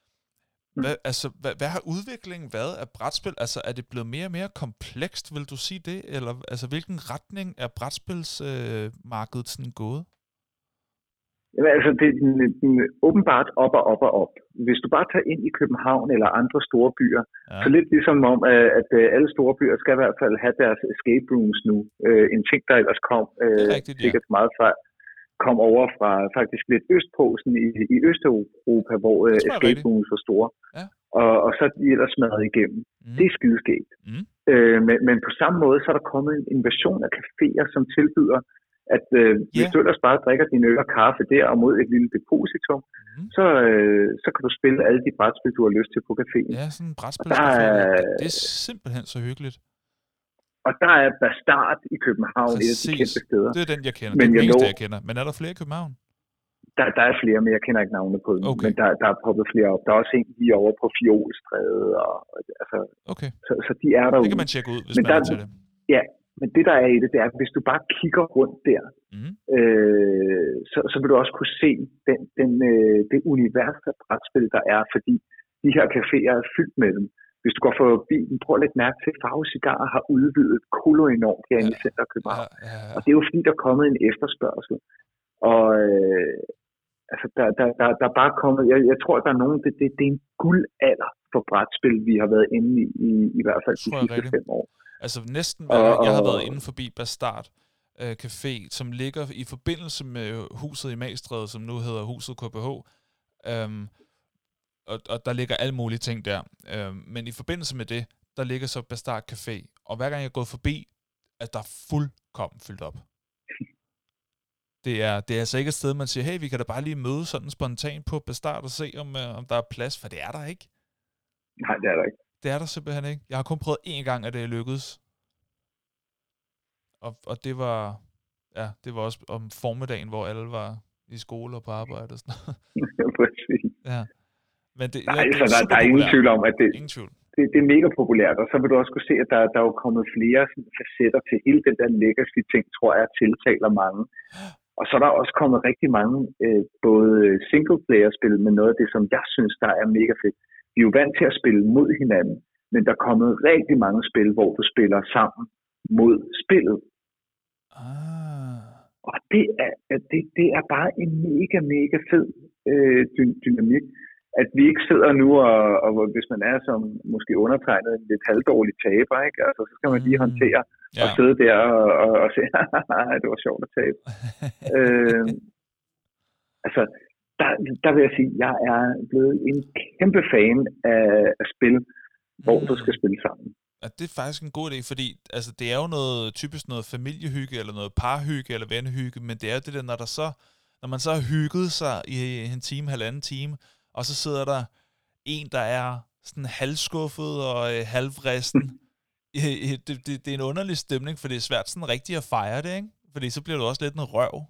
Hvad har udviklingen været af brætspil? Altså, er det blevet mere og mere komplekst, vil du sige det? Eller altså, hvilken retning er brætspilsmarkedet sådan gået? Jamen, altså, det er åbenbart op. Hvis du bare tager ind i København eller andre store byer, så lidt ligesom om, at alle store byer skal i hvert fald have deres escape rooms nu. En ting, der ellers kom sikkert meget fra, kom over fra faktisk lidt østpå, sådan i Østeuropa, hvor escape rooms var store. Ja. Og så er de ellers smadret igennem. Det er skideskægt. Men på samme måde, så er der kommet en invasion af caféer, som tilbyder, at hvis du ellers bare drikker din øl og kaffe der og mod et lille depositum, så kan du spille alle de brætspil, du har lyst til på caféen. Ja, sådan en brætspil. Det er simpelthen så hyggeligt. Og der er Bastard i København, et af de kendte steder. Det er den, jeg kender. Men det er den eneste, jeg kender. Men er der flere i København? Der er flere, men jeg kender ikke navnene på dem. Okay. Men der er poppet flere op. Der er også en lige over på Fiolstræde. Altså, Okay. så de er derude. Det kan man tjekke ud, hvis men man er til det. Ja, men det der er i det, det er, at hvis du bare kigger rundt der, så vil du også kunne se det univers af brætspil, der er, fordi de her caféer er fyldt med dem. Hvis du går forbi den, prøv at lægge mærke til, at Farve Cigar har udvidet kolo enormt herinde i Center København. Ja. Og det er jo fordi, der er kommet en efterspørgsel. Og altså, der er bare kommet, jeg tror, der er nogen, det er en guldalder for brætspil, vi har været inde i hvert fald de sidste 5 år. Altså næsten, jeg har været inde forbi Bastard Café, som ligger i forbindelse med huset i Magstræde, som nu hedder huset KBH. Og der ligger alle mulige ting der. Men i forbindelse med det, der ligger så Bastard Café. Og hver gang jeg er gået forbi, at der er fuldkommen fyldt op. Det er altså ikke et sted, man siger, hey, vi kan da bare lige møde sådan spontant på Bastard og se, om der er plads, for det er der ikke. Nej, det er der ikke. Det er der simpelthen ikke. Jeg har kun prøvet én gang, at det lykkedes. Og det var også om formiddagen, hvor alle var i skole og på arbejde og sådan noget. Præcis. Ja. Men der er ingen tvivl om, at det er mega populært, og så vil du også kunne se, at der er jo kommet flere facetter til hele den der legacy-ting, tror jeg, tiltaler mange. Og så er der også kommet rigtig mange både single-player-spil, men noget af det, som jeg synes, der er mega fedt. Vi er jo vant til at spille mod hinanden, men der er kommet rigtig mange spil, hvor du spiller sammen mod spillet. Og det er bare en mega, mega fed dynamik. At vi ikke sidder nu, og hvis man er som måske undertegnet en lidt halvdårlig taber, ikke? Altså, så skal man lige håndtere og sidde der og se, det var sjovt at tabe. Altså, der vil jeg sige, jeg er blevet en kæmpe fan af spil, hvor du skal spille sammen. Ja, det er faktisk en god idé, fordi altså, det er jo typisk noget familiehygge, eller noget parhygge, eller vennehygge, men det er jo det der, når man så har hygget sig i en time, halvanden time, og så sidder der en, der er sådan halvskuffet og halvristen. Det er en underlig stemning, for det er svært sådan rigtig at fejre det, ikke? Fordi så bliver du også lidt en røv.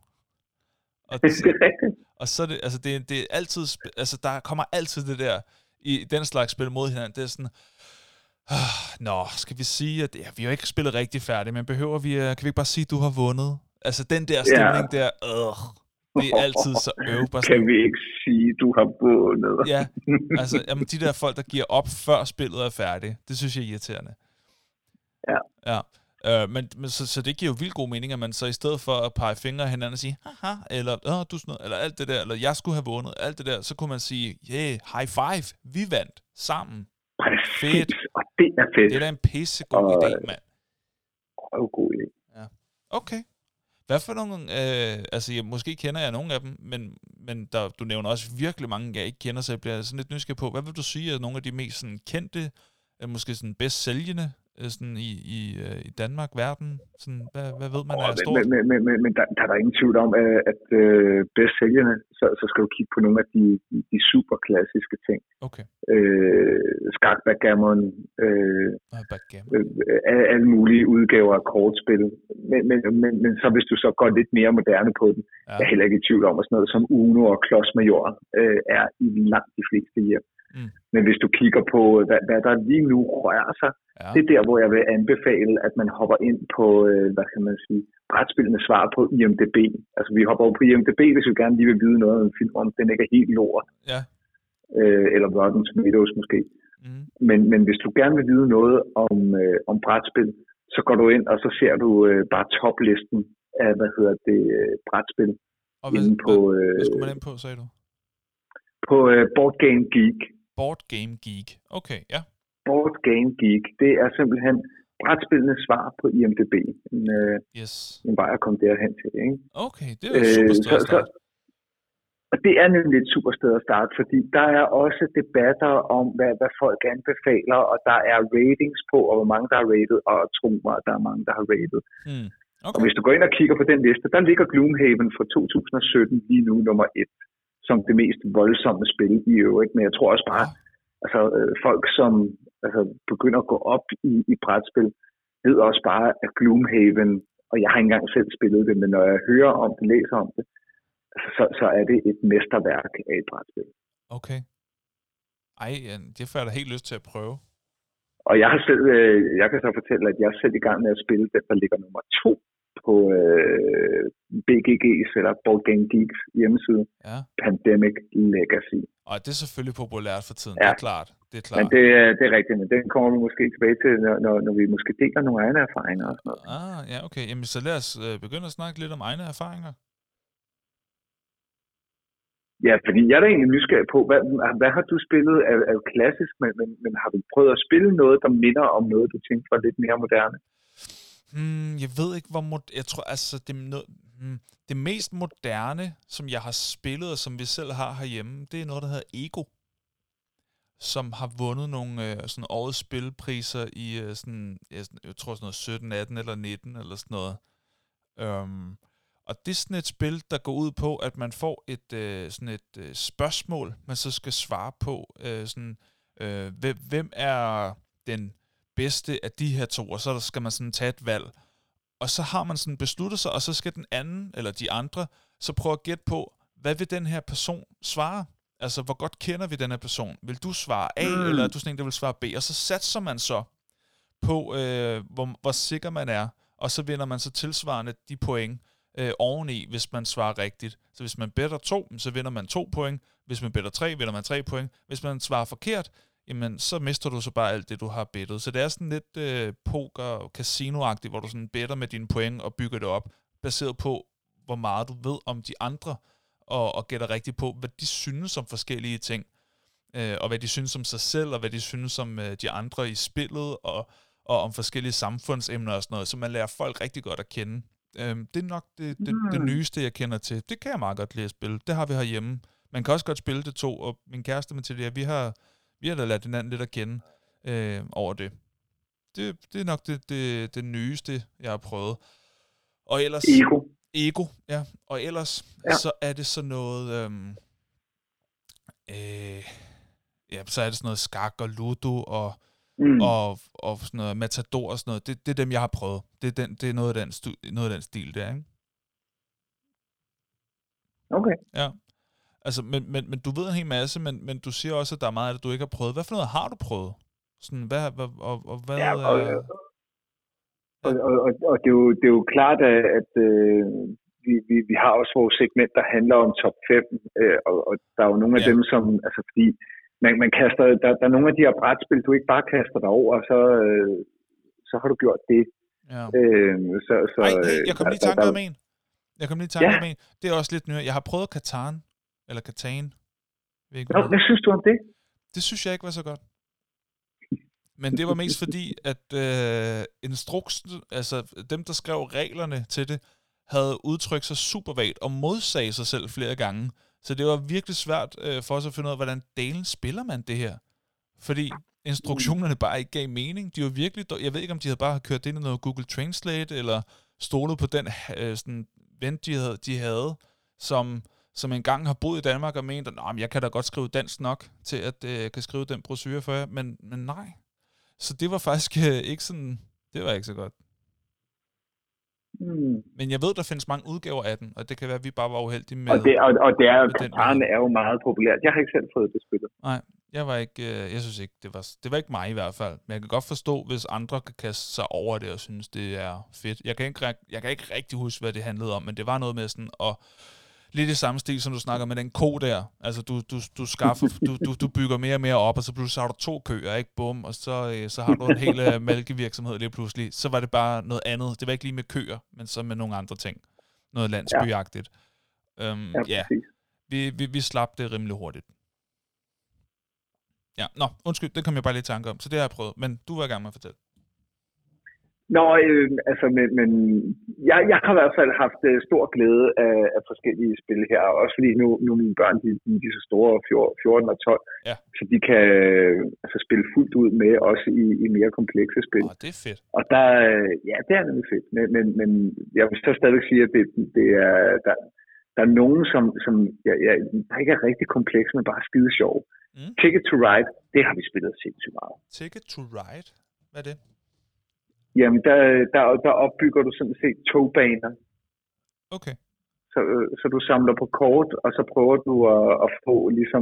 Og så er det, altså det er altid, altså der kommer altid det der, i den slags spil mod hinanden, det er sådan, skal vi sige, at vi har ikke spillet rigtig færdigt, men kan vi ikke bare sige, at du har vundet? Altså den der stemning der, det er altid så Kan vi ikke sige, at du har vundet? Ja, altså de der folk, der giver op, før spillet er færdigt, det synes jeg er irriterende. Ja. Men så det giver jo vildt god mening, at man så i stedet for at pege fingre af hinanden og sige, haha, eller du sådan noget, eller alt det der, eller jeg skulle have vundet, alt det der, så kunne man sige, high five, vi vandt sammen. Fedt. Og det er fedt. Det er da en pissegod idé, mand. God idé. Ja. Okay. Hvad for nogle, måske kender jeg nogle af dem, men du nævner også virkelig mange, jeg ikke kender, så jeg bliver sådan lidt nysgerrig på. Hvad vil du sige er nogle af de mest sådan, kendte, måske sådan bedst sælgende sådan i Danmark, verden? Sådan, hvad ved man er stort? Men der er der ingen tvivl om, at bedst sælgende, så skal du kigge på nogle af de super klassiske ting. Okay. Skak, backgammon, alle mulige udgaver af kortspil. Men så hvis du så går lidt mere moderne på den, jeg er heller ikke i tvivl om, at sådan noget som Uno og Klods Major er i langt de fleste hjem. Men hvis du kigger på, hvad der lige nu rører sig, det er der, hvor jeg vil anbefale, at man hopper ind på, brætspillende svar på IMDb. Altså, vi hopper over på IMDb, hvis vi gerne lige vil vide noget om en film, om den ikke er helt lort. Ja. Eller Rotten Tomatoes måske. Men hvis du gerne vil vide noget om brætspil, så går du ind, og så ser du bare toplisten af, brætspil. Og hvad skulle man ind på, sagde du? På Board Game Geek. Board Game Geek, okay, ja. Board Game Geek, det er simpelthen brætspillende svar på IMDb. En vej at komme derhen til, ikke? Okay, det er jo et super sted at starte. Og det er nemlig et super sted at starte, fordi der er også debatter om, hvad folk anbefaler, og der er ratings på, og hvor mange der har rated, og tro mig, der er mange, der har rated. Okay. Og hvis du går ind og kigger på den liste, der ligger Gloomhaven fra 2017 lige nu nummer 1, som det mest voldsomme spil i øvrigt. Men jeg tror også bare, folk som begynder at gå op i brætspil, ved også bare, at Gloomhaven, og jeg har ikke engang selv spillet det, men når jeg hører om det, læser om det, så er det et mesterværk af et brætspil. Okay. Ej, det får jeg da helt lyst til at prøve. Og jeg kan så fortælle, at jeg er selv i gang med at spille den, der ligger nummer 2 på BGG's eller Board Game Geeks hjemmeside. Ja. Pandemic Legacy. Og det er selvfølgelig populært for tiden, det er klart. Men det er rigtigt, men den kommer vi måske tilbage til, når vi måske deler nogle egne erfaringer og sådan noget. Ja, okay. Jamen, så lad os begynde at snakke lidt om egne erfaringer. Ja, fordi jeg er da egentlig nysgerrig på, hvad har du spillet af klassisk, men har du prøvet at spille noget, der minder om noget, du tænkte var lidt mere moderne? Jeg ved ikke, jeg tror, altså, det mest moderne, som jeg har spillet, og som vi selv har herhjemme, det er noget, der hedder Ego, som har vundet nogle sådan årets spilpriser i jeg tror sådan noget 17, 18 eller 19 eller sådan noget. Og det er sådan et spil, der går ud på, at man får et spørgsmål, man så skal svare på. Hvem er den bedste af de her to? Og så skal man sådan tage et valg. Og så har man sådan besluttet sig, og så skal den anden, eller de andre, så prøve at gætte på, hvad vil den her person svare? Altså, hvor godt kender vi den her person? Vil du svare A, eller er du sådan en, der vil svare B? Og så satser man så på, hvor sikker man er, og så vinder man så tilsvarende de point oveni, hvis man svarer rigtigt. Så hvis man better 2, så vinder man 2 point. Hvis man better 3, vinder man 3 point. Hvis man svarer forkert, jamen, så mister du så bare alt det, du har bettet. Så det er sådan lidt poker casino-agtigt, hvor du sådan better med dine point og bygger det op, baseret på, hvor meget du ved om de andre, og gætter rigtigt på, hvad de synes om forskellige ting, og hvad de synes om sig selv, og hvad de synes om de andre i spillet, og om forskellige samfundsemner og sådan noget, så man lærer folk rigtig godt at kende. Det er nok det nyeste, jeg kender til. Det kan jeg meget godt lide at spille. Det har vi herhjemme. Man kan også godt spille det 2, og min kæreste Mathilde, vi har da lært hinanden lidt at kende over det. Det er nok det nyeste, jeg har prøvet. Og ellers... Ego, ja. Og ellers, så er det sådan noget... så er det sådan noget skak og ludo og sådan noget matador og sådan noget. Det er dem, jeg har prøvet. Det er noget af den stil der, ikke? Okay. Ja. Altså, men du ved en hel masse, men du siger også, at der er meget af det, du ikke har prøvet. Hvad for noget har du prøvet? Sådan, hvad... Ja, og det er jo klart, at vi har også vores segment, der handler om top 5, og der er jo nogle af dem, som... Altså, fordi man kaster... Der er nogle af de her brætspil, du ikke bare kaster dig over, så har du gjort det. Ja. Jeg kom lige i tanke om en. Det er også lidt nyere. Jeg har prøvet Catan. Eller Catan. Hvad synes du om det? Det synes jeg ikke var så godt. Men det var mest fordi, at instruksen, altså dem, der skrev reglerne til det, havde udtrykt sig super vagt og modsagde sig selv flere gange. Så det var virkelig svært for os at finde ud af, hvordan delen spiller man det her. Fordi instruktionerne bare ikke gav mening. De var virkelig... Jeg ved ikke, om de havde bare kørt ind i noget Google Translate, eller stolet på den sådan, ven, de havde, som engang har boet i Danmark og ment, at jeg kan da godt skrive dansk nok til, at jeg kan skrive den brochure for jer, men nej. Så det var faktisk ikke sådan... Det var ikke så godt. Men jeg ved, der findes mange udgaver af den, og det kan være, at vi bare var uheldige med... Og Catan er jo meget populært. Jeg har ikke selv fået det spillet. Nej, jeg synes ikke, det var ikke mig i hvert fald. Men jeg kan godt forstå, hvis andre kan kaste sig over det og synes, det er fedt. Jeg kan ikke rigtig huske, hvad det handlede om, men det var noget med sådan at... Lidt i samme stil, som du snakker med den ko der. Altså, du skaffer, du bygger mere og mere op, og så pludselig har du 2 køer, ikke? Bum, og så har du en hel mælkevirksomhed lige pludselig. Så var det bare noget andet. Det var ikke lige med køer, men så med nogle andre ting. Noget landsbyagtigt. Ja. Vi slap det rimelig hurtigt. Ja, undskyld, det kom jeg bare lidt i tanke om. Så det har jeg prøvet, men du var i gang med at fortælle. Men jeg har i hvert fald haft stor glæde af forskellige spil her, også fordi nu mine børn, de er så store, 14 og 12, så de kan spille fuldt ud med, også i mere komplekse spil. Det er fedt. Og det er nemlig fedt, men jeg vil så stadig sige, at der er nogen, som der ikke er rigtig komplekse, men bare skide sjov. Ticket to Ride, det har vi spillet sindssygt meget. Ticket to Ride? Hvad er det? Jamen, der opbygger du sådan set togbaner. Okay. Så du samler på kort, og så prøver du at få ligesom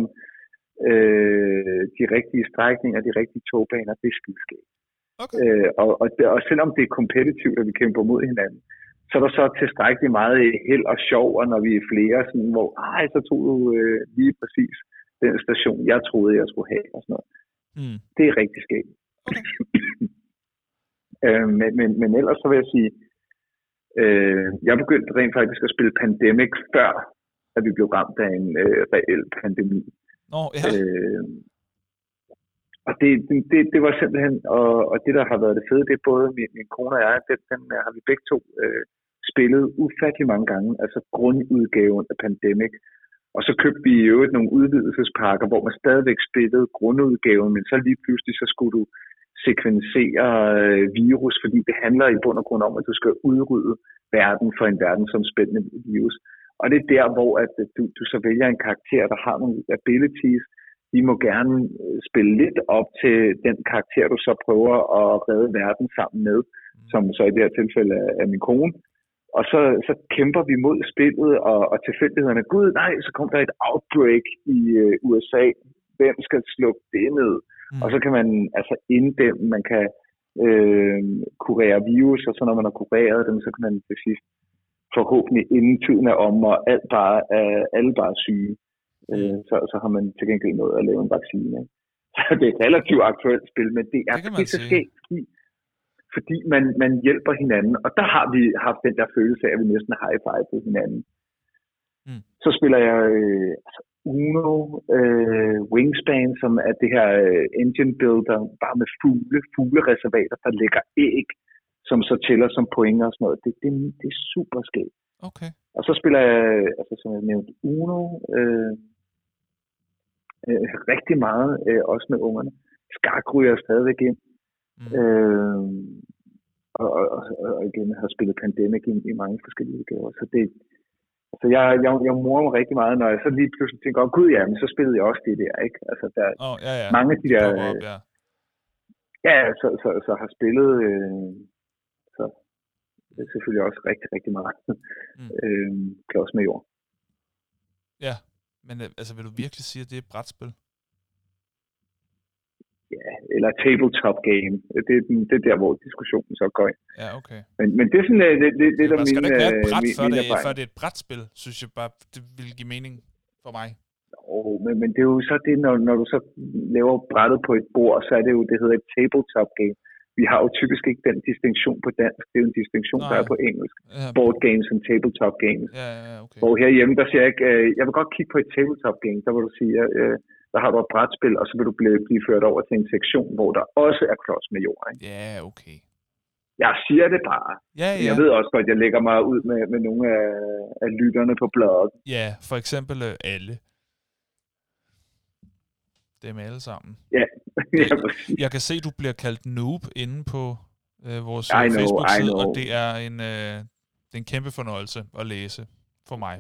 de rigtige strækninger, de rigtige togbaner. Det er skideskægt. Okay. Og selvom det er kompetitivt, at vi kæmper mod hinanden, så er der så tilstrækkeligt meget held og sjov, og når vi er flere, sådan, hvor så tog du lige præcis den station, jeg troede, jeg skulle have, og sådan noget. Det er rigtig skægt. Okay. Men ellers så vil jeg sige, jeg begyndte rent faktisk at spille Pandemic før, at vi blev ramt af en reel pandemi. Ja. Og det var simpelthen, og det der har været det fede, det er både min kone og jeg, den har vi begge to spillet ufattelig mange gange, altså grundudgaven af Pandemic. Og så købte vi i øvrigt nogle udvidelsespakker, hvor man stadigvæk spillede grundudgaven, men så lige pludselig så skulle du sekvensere virus, fordi det handler i bund og grund om, at du skal udrydde verden for en verdensomspændende virus. Og det er der, hvor at du så vælger en karakter, der har nogle abilities. De må gerne spille lidt op til den karakter, du så prøver at redde verden sammen med, som så i det her tilfælde er min kone. Og så kæmper vi mod spillet og tilfældighederne. Gud nej, så kom der et outbreak i USA. Hvem skal slukke det ned? Og så kan man altså inddæmme, man kan kurere virus, og så når man har kureret dem, så kan man til sidst forhåbentlig inden tiden er om, og alle bare er syge. Så har man til gengæld nået at lave en vaccine. Så det er et relativt aktuelt spil, men det er så skægt, fordi man hjælper hinanden, og der har vi haft den der følelse af, at vi næsten high-fivet hinanden. Så spiller jeg Uno, Wingspan, som er det her engine builder, bare med fuglereservater, der lægger æg, som så tæller som point og sådan noget. Det er super skægt. Okay. Og så spiller jeg, altså som jeg nævnte, Uno rigtig meget, også med ungerne. Skak ryger stadigvæk ind. Og igen har spillet Pandemic i mange forskellige udgaver. Så det, altså jeg morer mig rigtig meget, når jeg så lige pludselig tænker, gud ja, men så spillede jeg også det der, ikke? Altså der mange af de der, så har spillet, så det er selvfølgelig også rigtig, rigtig meget Klods Major. Ja, men altså vil du virkelig sige, at det er et brætspil? Ja, eller tabletop game. Det er der, hvor diskussionen så går ind. Ja, okay. Men det er sådan det der skal der ikke være et bræt før det er et brætspil, synes jeg bare, det vil give mening for mig. Men det er jo så det, når du så laver brættet på et bord, så er det jo, det hedder et tabletop game. Vi har jo typisk ikke den distinktion på dansk. Det er jo en distinktion, der er på engelsk. Board games and tabletop games. Ja, okay. Hvor herhjemme, der siger jeg ikke, jeg vil godt kigge på et tabletop game. Der vil du sige, der har du et brætspil, og så vil du blive ført over til en sektion, hvor der også er Klods Major. Ja, okay. Jeg siger det bare. Ja. Jeg ved også godt, at jeg lægger mig ud med nogle af lytterne på bloggen. Ja, for eksempel alle. Dem alle sammen. Ja. Jeg kan se, at du bliver kaldt noob inde på vores Facebook-side, og det er en kæmpe fornøjelse at læse for mig.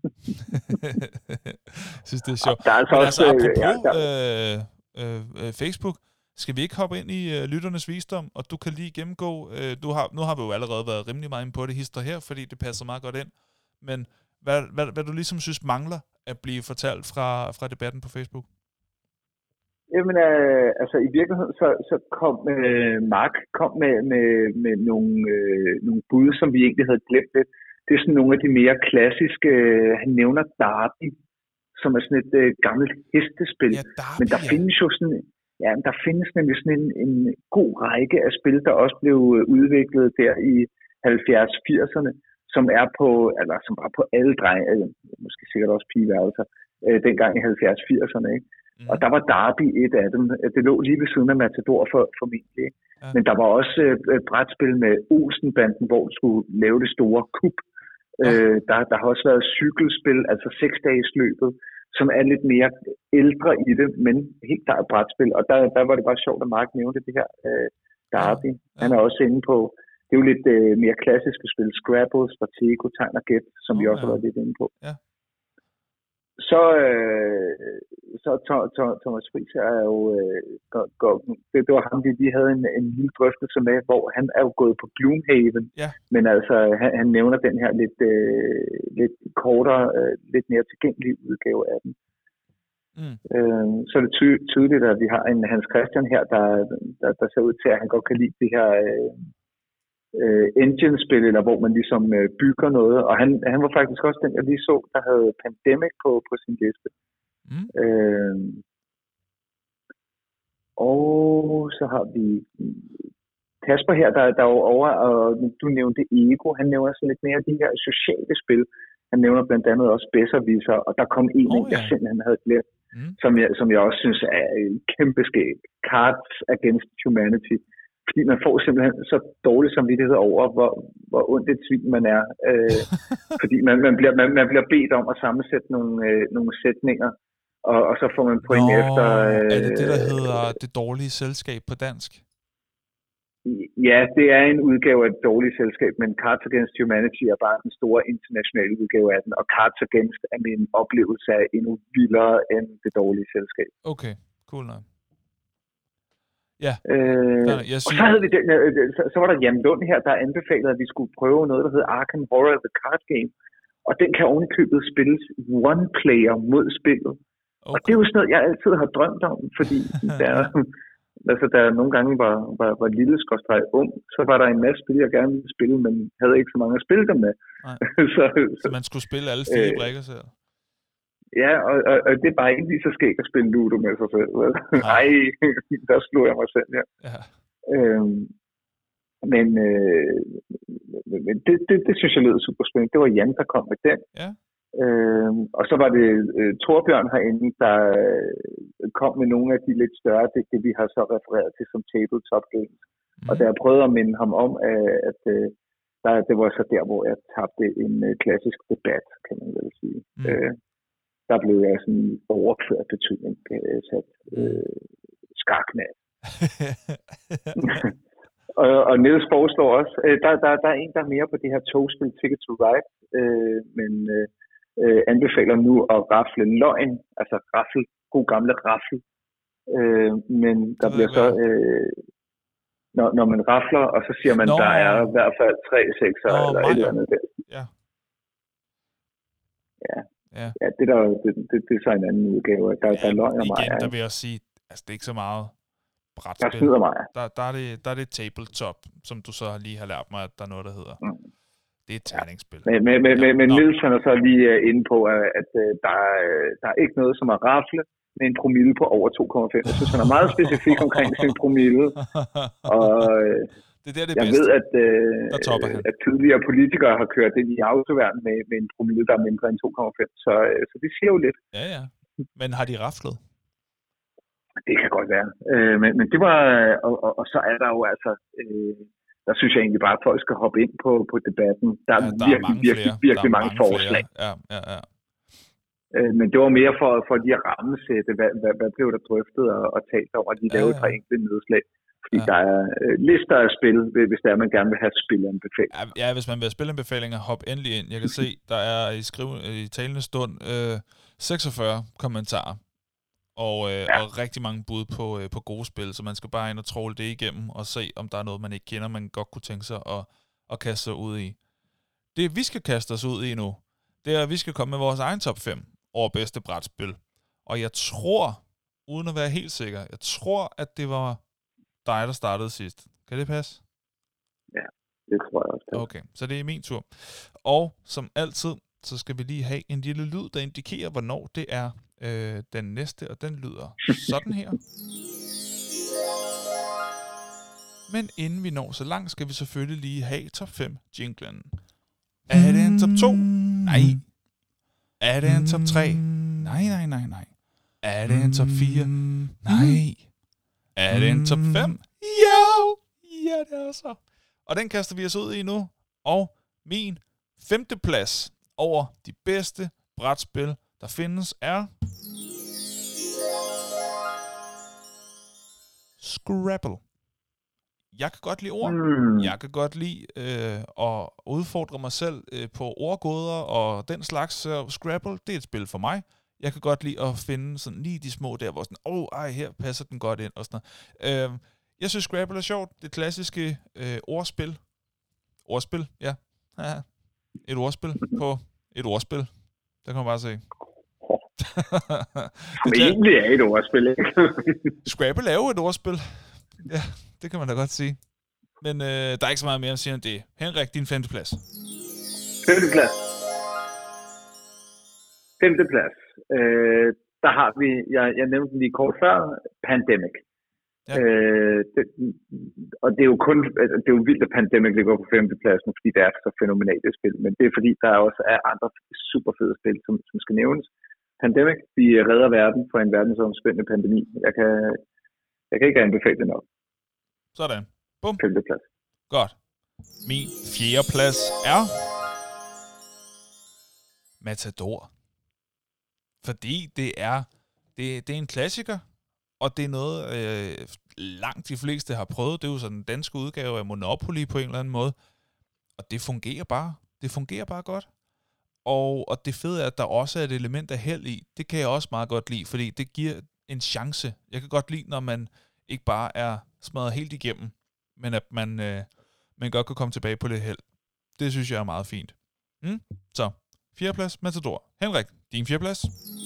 Jeg synes, det er sjovt. Altså, apropos Facebook, skal vi ikke hoppe ind i lytternes visdom, og du kan lige gennemgå, nu har vi jo allerede været rimelig meget inde på det hister her, fordi det passer meget godt ind, men hvad du ligesom synes mangler at blive fortalt fra debatten på Facebook? Jamen, altså i virkeligheden, så kom Mark med nogle bud, som vi egentlig havde glemt lidt. Det er sådan nogle af de mere klassiske, han nævner Derby, som er sådan et gammelt hestespil. Ja, Derby, men der findes jo sådan, der findes nemlig sådan en god række af spil, der også blev udviklet der i 70-80'erne, som er på, eller som var på alle drenge, måske sikkert også pigeværelser, dengang i 70-80'erne, ikke? Og der var Derby et af dem. Det lå lige ved siden af Matador formentlig. Ja. Men der var også et brætspil med Olsenbanden, hvor du skulle lave det store kup. Der har også været cykelspil, altså 6-dagesløbet, som er lidt mere ældre i det, men helt klart et brætspil. Og der var det bare sjovt, at Mark nævnte det her Derby. Ja. Han er også inde på, det er jo lidt mere klassiske spil, Scrabble, Stratego, Tegn og Gæt, som vi også har været lidt inde på. Ja. Så Thomas Friis er jo... Det var ham, de havde en lille drøftelse med, hvor han er jo gået på Gloomhaven. Ja. Men altså, han nævner den her lidt kortere, lidt mere tilgængelige udgave af den. Så er det tydeligt, at vi har en Hans Christian her, der ser ud til, at han godt kan lide det her engine-spil, eller hvor man ligesom bygger noget. Og han var faktisk også den, jeg lige så, der havde Pandemic på sin liste. Og så har vi Kasper her, der er jo over, og du nævnte Ego. Han nævner sådan lidt mere af de her sociale spil. Han nævner blandt andet også Besserwisser, og der kom en, jeg simpelthen havde glemt, som jeg også synes er en kæmpe skæg. Cards Against Humanity. Fordi man får simpelthen så dårlig samvittighed over, hvor ondt et svin man er. Fordi man bliver bedt om at sammensætte nogle sætninger, og så får man point efter... Er det det, der hedder Det dårlige selskab på dansk? Ja, det er en udgave af Det dårlige selskab, men Cards Against Humanity er bare en stor internationale udgave af den, og Cards Against er min oplevelse af endnu vildere end Det dårlige selskab. Okay, cool nok. Ja. Og så havde vi så var der Jan Lund her, der anbefalede, at vi skulle prøve noget, der hedder Arkham Horror The Card Game, og den kan ovenikøbet spilles one player mod spillet. Okay. Og det er jo sådan noget, jeg altid har drømt om, fordi der nogle gange var lille skråstreg ung, så var der en masse spil, jeg gerne ville spille, men havde ikke så mange at spille dem med. så man skulle spille alle 4 brikker selv? Ja, og det er bare ikke lige så skægt at spille Ludo med sig selv. Nej, der slog jeg mig selv, ja. Men det synes jeg lød super spændende. Det var Jan, der kom med den. Ja. Og så var det Torbjørn herinde, der kom med nogle af de lidt større, det vi har så refereret til som tabletop games. Og da jeg prøvede at minde ham om, at det var så der, hvor jeg tabte en klassisk debat, kan man vel sige. Der blev jeg sådan overført betydning sat skaknat. og Niels foreslår også, der er en, der er mere på det her togspil Ticket to Ride, men anbefaler nu at rafle løgn, altså god gamle rafle. Men der bliver så, når man rafler, og så siger man, der er i hvert fald 3 sekser eller et eller andet der. Ja, det er så en anden udgave. Der er løgn og mig. Igen, der vil jeg sige, altså det er ikke så meget brætspil. Der snyder mig. Der er det tabletop, som du så lige har lært mig, at der er noget, der hedder. Det er et terningsspil. Men Niels han er så lige inde på, at der er ikke noget som at rafle med en promille på over 2,5. Jeg synes, han er meget specifik omkring sin promille. Og det jeg ved, at tidligere politikere har kørt ind i autoværn med en promille, der er mindre end 2,5. Så det siger jo lidt. Ja. Men har de raflet? Det kan godt være. Men det var... Og så er der jo altså... der synes jeg egentlig bare, at folk skal hoppe ind på debatten. Der er virkelig mange forslag. Ja. Men det var mere for lige at rammesætte, hvad blev der drøftet og talt over, at de lavede et par enkelte nedslag. Fordi der er lister af spil, hvis der man gerne vil have spilanbefalinger. Ja, hvis man vil have spilanbefalinger, hop endelig ind. Jeg kan se, der er i talende stund 46 kommentarer. Og rigtig mange bud på gode spil, så man skal bare ind og trolle det igennem og se, om der er noget, man ikke kender, man godt kunne tænke sig at kaste sig ud i. Det, vi skal kaste os ud i nu, det er, at vi skal komme med vores egen top 5 over bedste brætspil. Og jeg tror, uden at være helt sikker, at det var dig, der startede sidst. Kan det passe? Ja, det tror jeg også. Okay, så det er min tur. Og som altid, så skal vi lige have en lille lyd, der indikerer, hvornår det er den næste, og den lyder sådan her. Men inden vi når så langt, skal vi selvfølgelig lige have top 5 jinglen. Er det en top 2? Nej. Er det en top 3? Nej. Er det en top 4? Nej. Er det en top 5? Jo! Ja, det er så. Og den kaster vi os ud i nu. Og min 5. plads over de bedste brætspil, der findes, er Scrabble. Jeg kan godt lide ord. Jeg kan godt lide at udfordre mig selv på ordgåder og den slags. Scrabble, det er et spil for mig. Jeg kan godt lide at finde sådan lige de små der, hvor sådan, her passer den godt ind, og sådan noget. Jeg synes, Scrabble er sjovt. Det klassiske ordspil. Ordspil, ja. Et ordspil på et ordspil. Der kan man bare se. Det egentlig er et ordspil, ikke? Scrabble er jo et ordspil. Ja, det kan man da godt sige. Men der er ikke så meget mere at sige end det. Henrik, din 5. plads. 5. plads. 5. plads. Der har vi, jeg nævnte lige kort før, Pandemic. Ja. Og det er jo kun, det er jo vildt, at Pandemic ligger på 5. pladsen, fordi det er så fænomenalt et spil. Men det er fordi, der også er andre super fede spil, som skal nævnes. Pandemic, vi redder verden fra en verdensomspændende pandemi. Jeg kan ikke anbefale det nok. Sådan. Bum. 5. plads. Godt. Min 4. plads er Matador. Fordi det er en klassiker, og det er noget, langt de fleste har prøvet. Det er jo sådan en dansk udgave af Monopoly på en eller anden måde. Og det fungerer bare. Det fungerer bare godt. Og det fede er, at der også er et element af held i. Det kan jeg også meget godt lide, fordi det giver en chance. Jeg kan godt lide, når man ikke bare er smadret helt igennem, men at man godt kan komme tilbage på lidt held. Det synes jeg er meget fint. Så, 4. plads, Matador. Henrik, din 4. plads?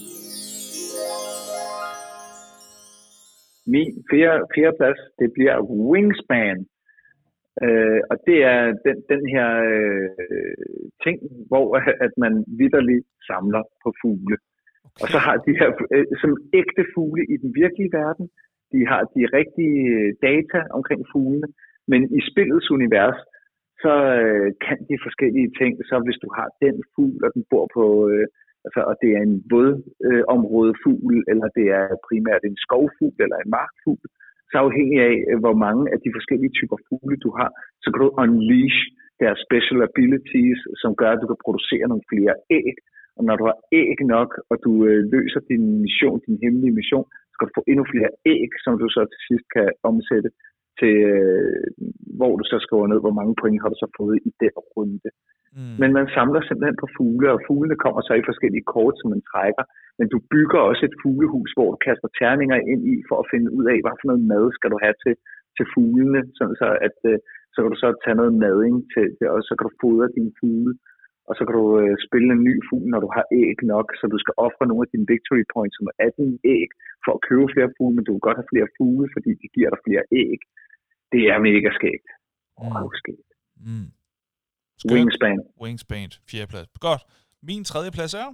Min 4. plads, det bliver Wingspan. Og det er den her ting, hvor at man vitterligt samler på fugle. Okay. Og så har de her som ægte fugle i den virkelige verden, de har de rigtige data omkring fuglene, men i spillets univers, så kan de forskellige ting. Så hvis du har den fugl, og den bor på, og det er en vådområdefugl, eller det er primært en skovfugl eller en markfugl, så afhængig af, hvor mange af de forskellige typer fugle du har, så kan du unleash deres special abilities, som gør, at du kan producere nogle flere æg. Og når du har æg nok, og du løser din mission, din hemmelige mission, så kan du få endnu flere æg, som du så til sidst kan omsætte til, hvor du så skriver ned, hvor mange point har du så fået i den runde. Men man samler simpelthen på fugle, og fuglene kommer så i forskellige kort, som man trækker. Men du bygger også et fuglehus, hvor du kaster terninger ind i, for at finde ud af, hvad for noget mad skal du have til fuglene. Så kan du så tage noget mading til, og så kan du fodre dine fugle. Og så kan du spille en ny fugl, når du har æg nok, så du skal ofre nogle af dine victory points, som er dine æg, for at købe flere fugle, men du kan godt have flere fugle, fordi de giver dig flere æg. Det er mega skægt. Skægt. Wingspan, 4. plads. Godt. Min 3. plads er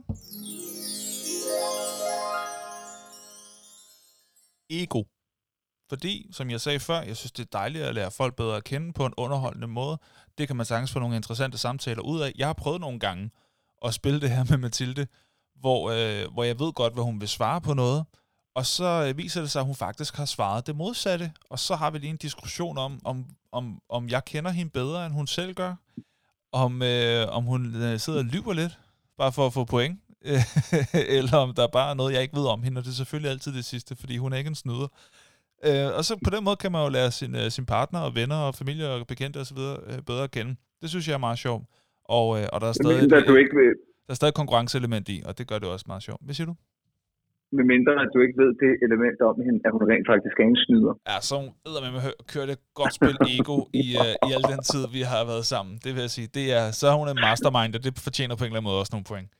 Ego. Fordi, som jeg sagde før, jeg synes, det er dejligt at lære folk bedre at kende på en underholdende måde. Det kan man sagtens få nogle interessante samtaler ud af. Jeg har prøvet nogle gange at spille det her med Mathilde, hvor jeg ved godt, hvad hun vil svare på noget. Og så viser det sig, at hun faktisk har svaret det modsatte. Og så har vi lige en diskussion om jeg kender hende bedre, end hun selv gør. Om hun sidder og lyver lidt, bare for at få point. Eller om der bare er noget, jeg ikke ved om hende. Og det er selvfølgelig altid det sidste, fordi hun er ikke en snyder. Og så på den måde kan man jo lære sin partner og venner og familie og bekendte og så videre bedre at kende. Det synes jeg er meget sjovt. Og der er stadig konkurrenceelement i, og det gør det også meget sjovt. Hvad siger du? Med mindre, at du ikke ved det element om hende, at hun rent faktisk er en snyder. Ja, så hun kører det godt spil Ego i al den tid, vi har været sammen. Det vil jeg sige. Så er hun en mastermind, og det fortjener på en eller anden måde også nogle point.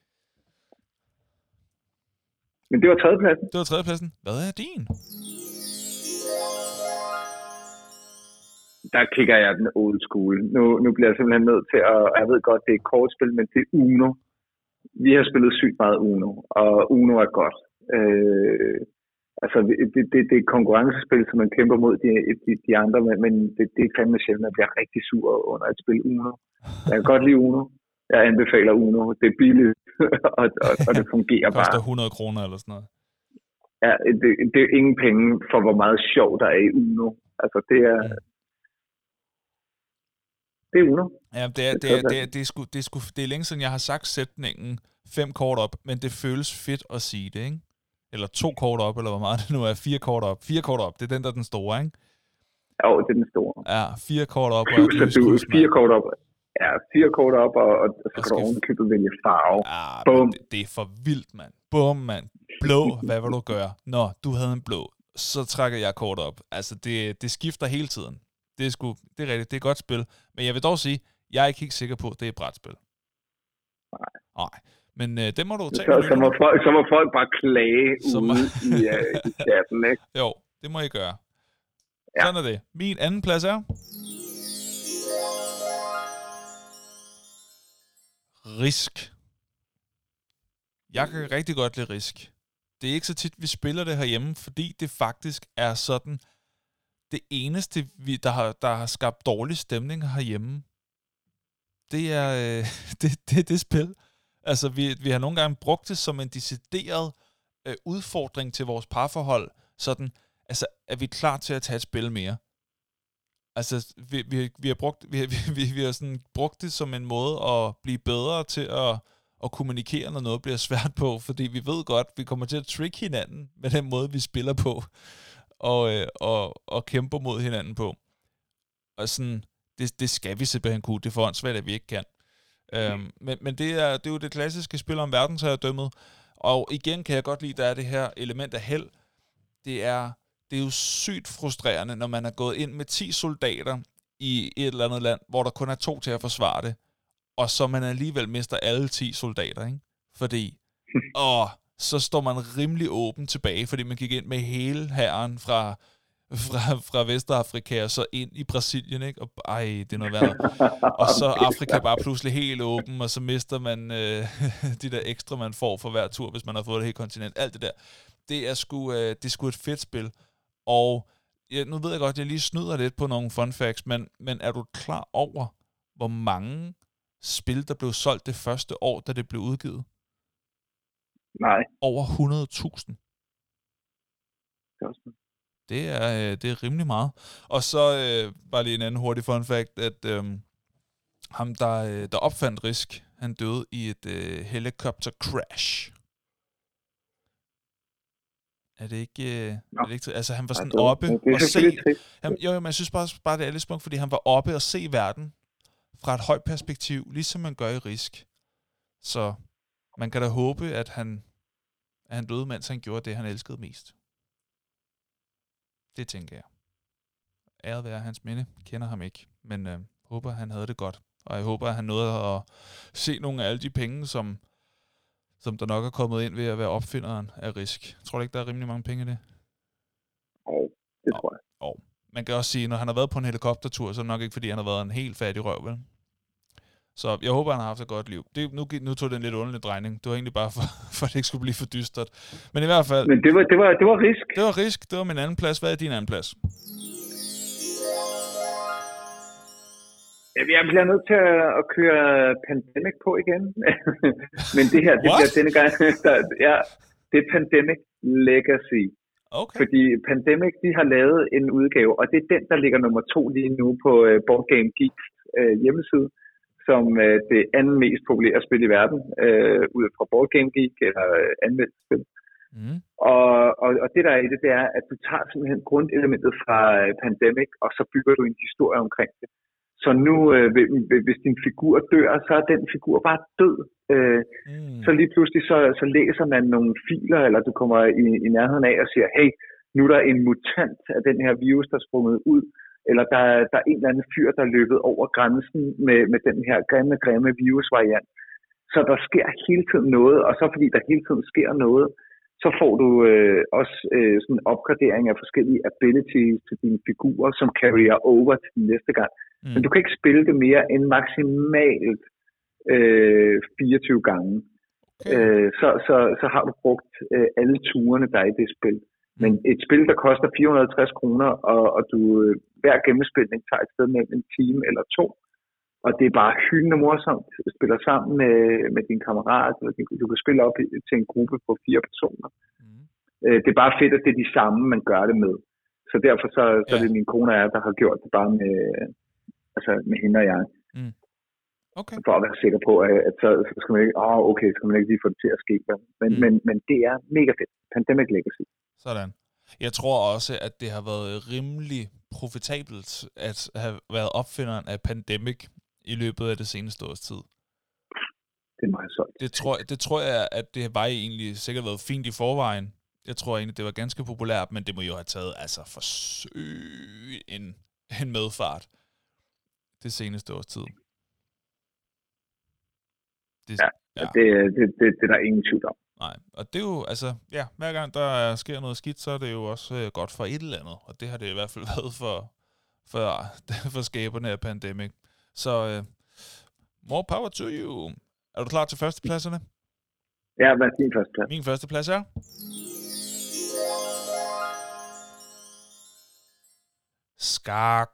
Men det var 3. pladsen. Det var 3. pladsen. Hvad er din? Der kigger jeg den old school. Nu bliver jeg simpelthen nødt til at... Jeg ved godt, det er et kortspil, men det er Uno. Vi har spillet sygt meget Uno, og Uno er godt. Det er et konkurrencespil, som man kæmper mod de andre, men det er fandme sjældent, at jeg bliver rigtig sur under at spille Uno. Jeg kan godt lide Uno. Jeg anbefaler Uno. Det er billigt, og det fungerer bare. Det koster 100 kroner eller sådan noget. Ja, det er ingen penge for, hvor meget sjov der er i Uno. Altså, det er... Det er Uno. Ja, det er længe siden, jeg har sagt sætningen 5 kort op, men det føles fedt at sige det, ikke? Eller 2 kort op, eller hvor meget det nu er. 4 kort op. 4 kort op, det er den, der er den store, ikke? Jo, det er den store. Ja, 4 kort op. Plus, 4 kort op. Ja, 4 kort op, og så kan du ovenkøbet vælge farve. Bum. Det er for vildt, mand. Bum, mand. Blå, hvad vil du gøre? Nå, du havde en blå. Så trækker jeg kort op. Altså, det skifter hele tiden. Det er rigtigt, det er et godt spil. Men jeg vil dog sige, jeg er ikke helt sikker på, at det er et brætspil. Nej. Men det må du tage med. Så må folk bare klage ude i chatten, ikke? Jo, det må I gøre. Ja. Sådan er det. Min anden plads er... Risk. Jeg kan rigtig godt lide Risk. Det er ikke så tit, vi spiller det herhjemme, fordi det faktisk er sådan det eneste, der har skabt dårlig stemning herhjemme. Det er det spil. Altså, vi har nogle gange brugt det som en decideret udfordring til vores parforhold. Sådan, altså, er vi klar til at tage et spil mere? Altså, vi har sådan brugt det som en måde at blive bedre til at kommunikere, når noget bliver svært på, fordi vi ved godt, vi kommer til at trick hinanden med den måde, vi spiller på, og kæmper mod hinanden på. Og sådan, det skal vi simpelthen kunne. Det er for åndssvagt, at vi ikke kan. Men det er jo det klassiske spil om verdensherredømmet, og igen kan jeg godt lide, at der er det her element af held. Det er jo sygt frustrerende, når man er gået ind med 10 soldater i et eller andet land, hvor der kun er 2 til at forsvare det, og så man alligevel mister alle 10 soldater, ikke? Fordi, så står man rimelig åben tilbage, fordi man gik ind med hele hæren fra Vestafrika og så ind i Brasilien, ikke? Og det er noget værd. Og så Afrika bare pludselig helt åben, og så mister man de der ekstra, man får for hver tur, hvis man har fået det hele kontinent. Alt det der. Det er sgu et fedt spil. Og nu ved jeg godt, at jeg lige snyder lidt på nogle fun facts, men er du klar over, hvor mange spil, der blev solgt det første år, da det blev udgivet? Nej. Over 100.000. Det er rimelig meget. Og så bare lige en anden hurtig fun fact, at ham, der opfandt Risk, han døde i et helikopter crash. Er det ikke... altså, han var sådan oppe og se... men jeg synes bare, det er lidt smukt, fordi han var oppe og se verden fra et højt perspektiv, ligesom man gør i Risk. Så man kan da håbe, at han døde, mens han gjorde det, han elskede mest. Det tænker jeg. Æret være hans minde. Kender ham ikke, men håber, han havde det godt. Og jeg håber, at han nåede at se nogle af alle de penge, som der nok er kommet ind ved at være opfinderen af Risk. Tror du ikke, der er rimelig mange penge i det? Det tror jeg. Man kan også sige, når han har været på en helikoptertur, så er det nok ikke, fordi han har været en helt fattig røv, vel? Så jeg håber, han har haft et godt liv. Nu tog det en lidt underlig drejning. Det var egentlig bare for at det ikke skulle blive for dystert. Men i hvert fald... Men det var Risk. Det var Risk. Det var min anden plads. Hvad er din anden plads? Jeg bliver nødt til at køre Pandemic på igen. Men det her, det bliver denne gang... det er Pandemic Legacy. Okay. Fordi Pandemic, de har lavet en udgave, og det er den, der ligger nummer 2 lige nu på Board Game Geeks hjemmeside, som det anden mest populære spil i verden, ud fra Board Game Geek, eller anmeldt spil. Mm. Og det der er i det, det er, at du tager simpelthen grundelementet fra Pandemic, og så bygger du en historie omkring det. Så nu, hvis din figur dør, så er den figur bare død. Så lige pludselig, så læser man nogle filer, eller du kommer i nærheden af og siger, hey, nu er der en mutant af den her virus, der er sprunget ud, eller der er en eller anden fyr, der er løbet over grænsen med den her grimme virusvariant. Så der sker hele tiden noget, og så fordi der hele tiden sker noget, så får du også sådan en opgradering af forskellige abilities til dine figurer, som carrier over til den næste gang. Men du kan ikke spille det mere end maksimalt 24 gange. Okay. Så har du brugt alle turene, der er i det spil. Men et spil, der koster 450 kroner, og du hver gennemspilning tager et sted mellem en time eller 2, og det er bare hyldende morsomt. Du spiller sammen med din kammerat, eller du kan spille op til en gruppe på 4 personer. Det er bare fedt, at det er de samme, man gør det med. Så derfor så er det min kone og jeg, der har gjort det bare med hende og jeg. Okay. For at være sikker på, at så skal man ikke, skal man ikke lige få det til at ske. Men det er mega fedt. Pandemic Legacy. Sådan. Jeg tror også, at det har været rimelig profitabelt at have været opfinderen af Pandemic, i løbet af det seneste års tid. Det er meget solgt. Det tror jeg, at det var egentlig sikkert været fint i forvejen. Jeg tror egentlig, det var ganske populært, men det må jo have taget for en medfart det seneste års tid. Det er der ingen tvivl om. Nej, og det er jo, hver gang der sker noget skidt, så er det jo også godt for et eller andet, og det har det i hvert fald været for skaberne af Pandemic. Så more power to you. Er du klar til førstepladserne? Ja, hvad er din førsteplads? Min førsteplads er... skak.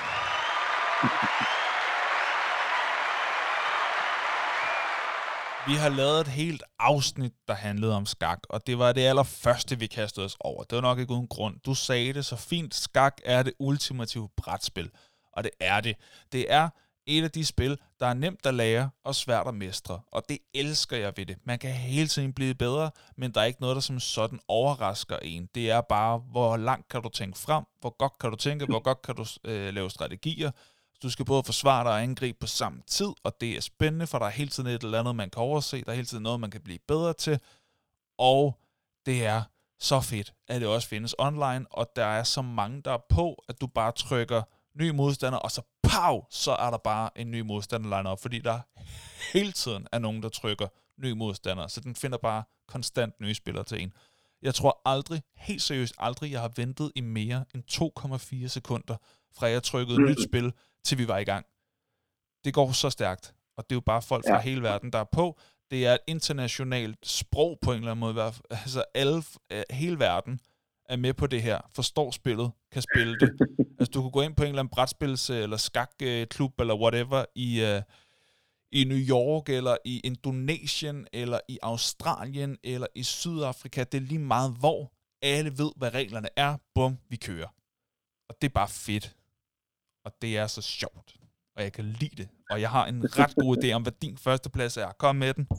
Vi har lavet et helt afsnit, der handlede om skak, og det var det allerførste, vi kastede os over. Det var nok ikke uden grund. Du sagde det så fint. Skak er det ultimative brætspil, og det er det. Det er et af de spil, der er nemt at lære og svært at mestre, og det elsker jeg ved det. Man kan hele tiden blive bedre, men der er ikke noget, der som sådan overrasker en. Det er bare, hvor langt kan du tænke frem, hvor godt kan du tænke, hvor godt kan du lave strategier. Du skal både forsvare dig og angribe på samme tid, og det er spændende, for der er hele tiden et eller andet, man kan overse. Der er hele tiden noget, man kan blive bedre til, og det er så fedt, at det også findes online, og der er så mange, der er på, at du bare trykker ny modstander, og så pow, så er der bare en ny modstander line op, fordi der hele tiden er nogen, der trykker ny modstander, så den finder bare konstant nye spillere til en. Jeg tror aldrig, helt seriøst aldrig, jeg har ventet i mere end 2,4 sekunder, fra jeg trykkede nyt spil, til vi var i gang. Det går så stærkt, og det er jo bare folk fra hele verden, der er på. Det er et internationalt sprog på en eller anden måde. Altså hele verden er med på det her, forstår spillet, kan spille det. Altså du kan gå ind på en eller anden brætspils- eller skakklub eller whatever i New York, eller i Indonesien, eller i Australien, eller i Sydafrika. Det er lige meget hvor. Alle ved, hvad reglerne er. Bum, vi kører. Og det er bare fedt. Og det er så sjovt. Og jeg kan lide det. Og jeg har en ret god idé om, hvad din første plads er. Kom med den.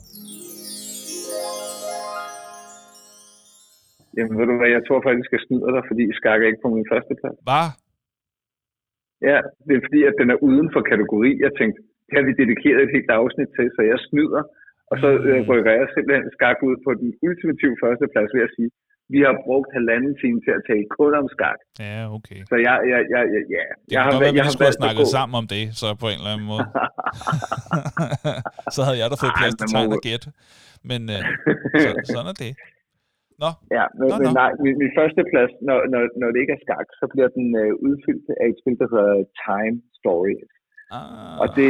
Jamen ved du hvad, jeg tror faktisk, jeg snyder dig, fordi skak er ikke på min første plads. Hvad? Ja, det er fordi, at den er uden for kategori. Jeg tænkte, det har vi dedikeret et helt afsnit til, så jeg snyder. Og så rykker jeg simpelthen skak ud på den ultimative første plads, vil jeg sige. Vi har brugt 1,5 time til at tale kun om skak. Ja, okay. Så jeg har godt være, at vi skulle have snakket sammen om det, så på en eller anden måde. Så havde jeg da fået plads til tegn og gæt. Men sådan er det. Nå. Ja, men nej, min første plads, når det ikke er skak, så bliver den udfyldt af et spil, der hedder Time Stories. Og det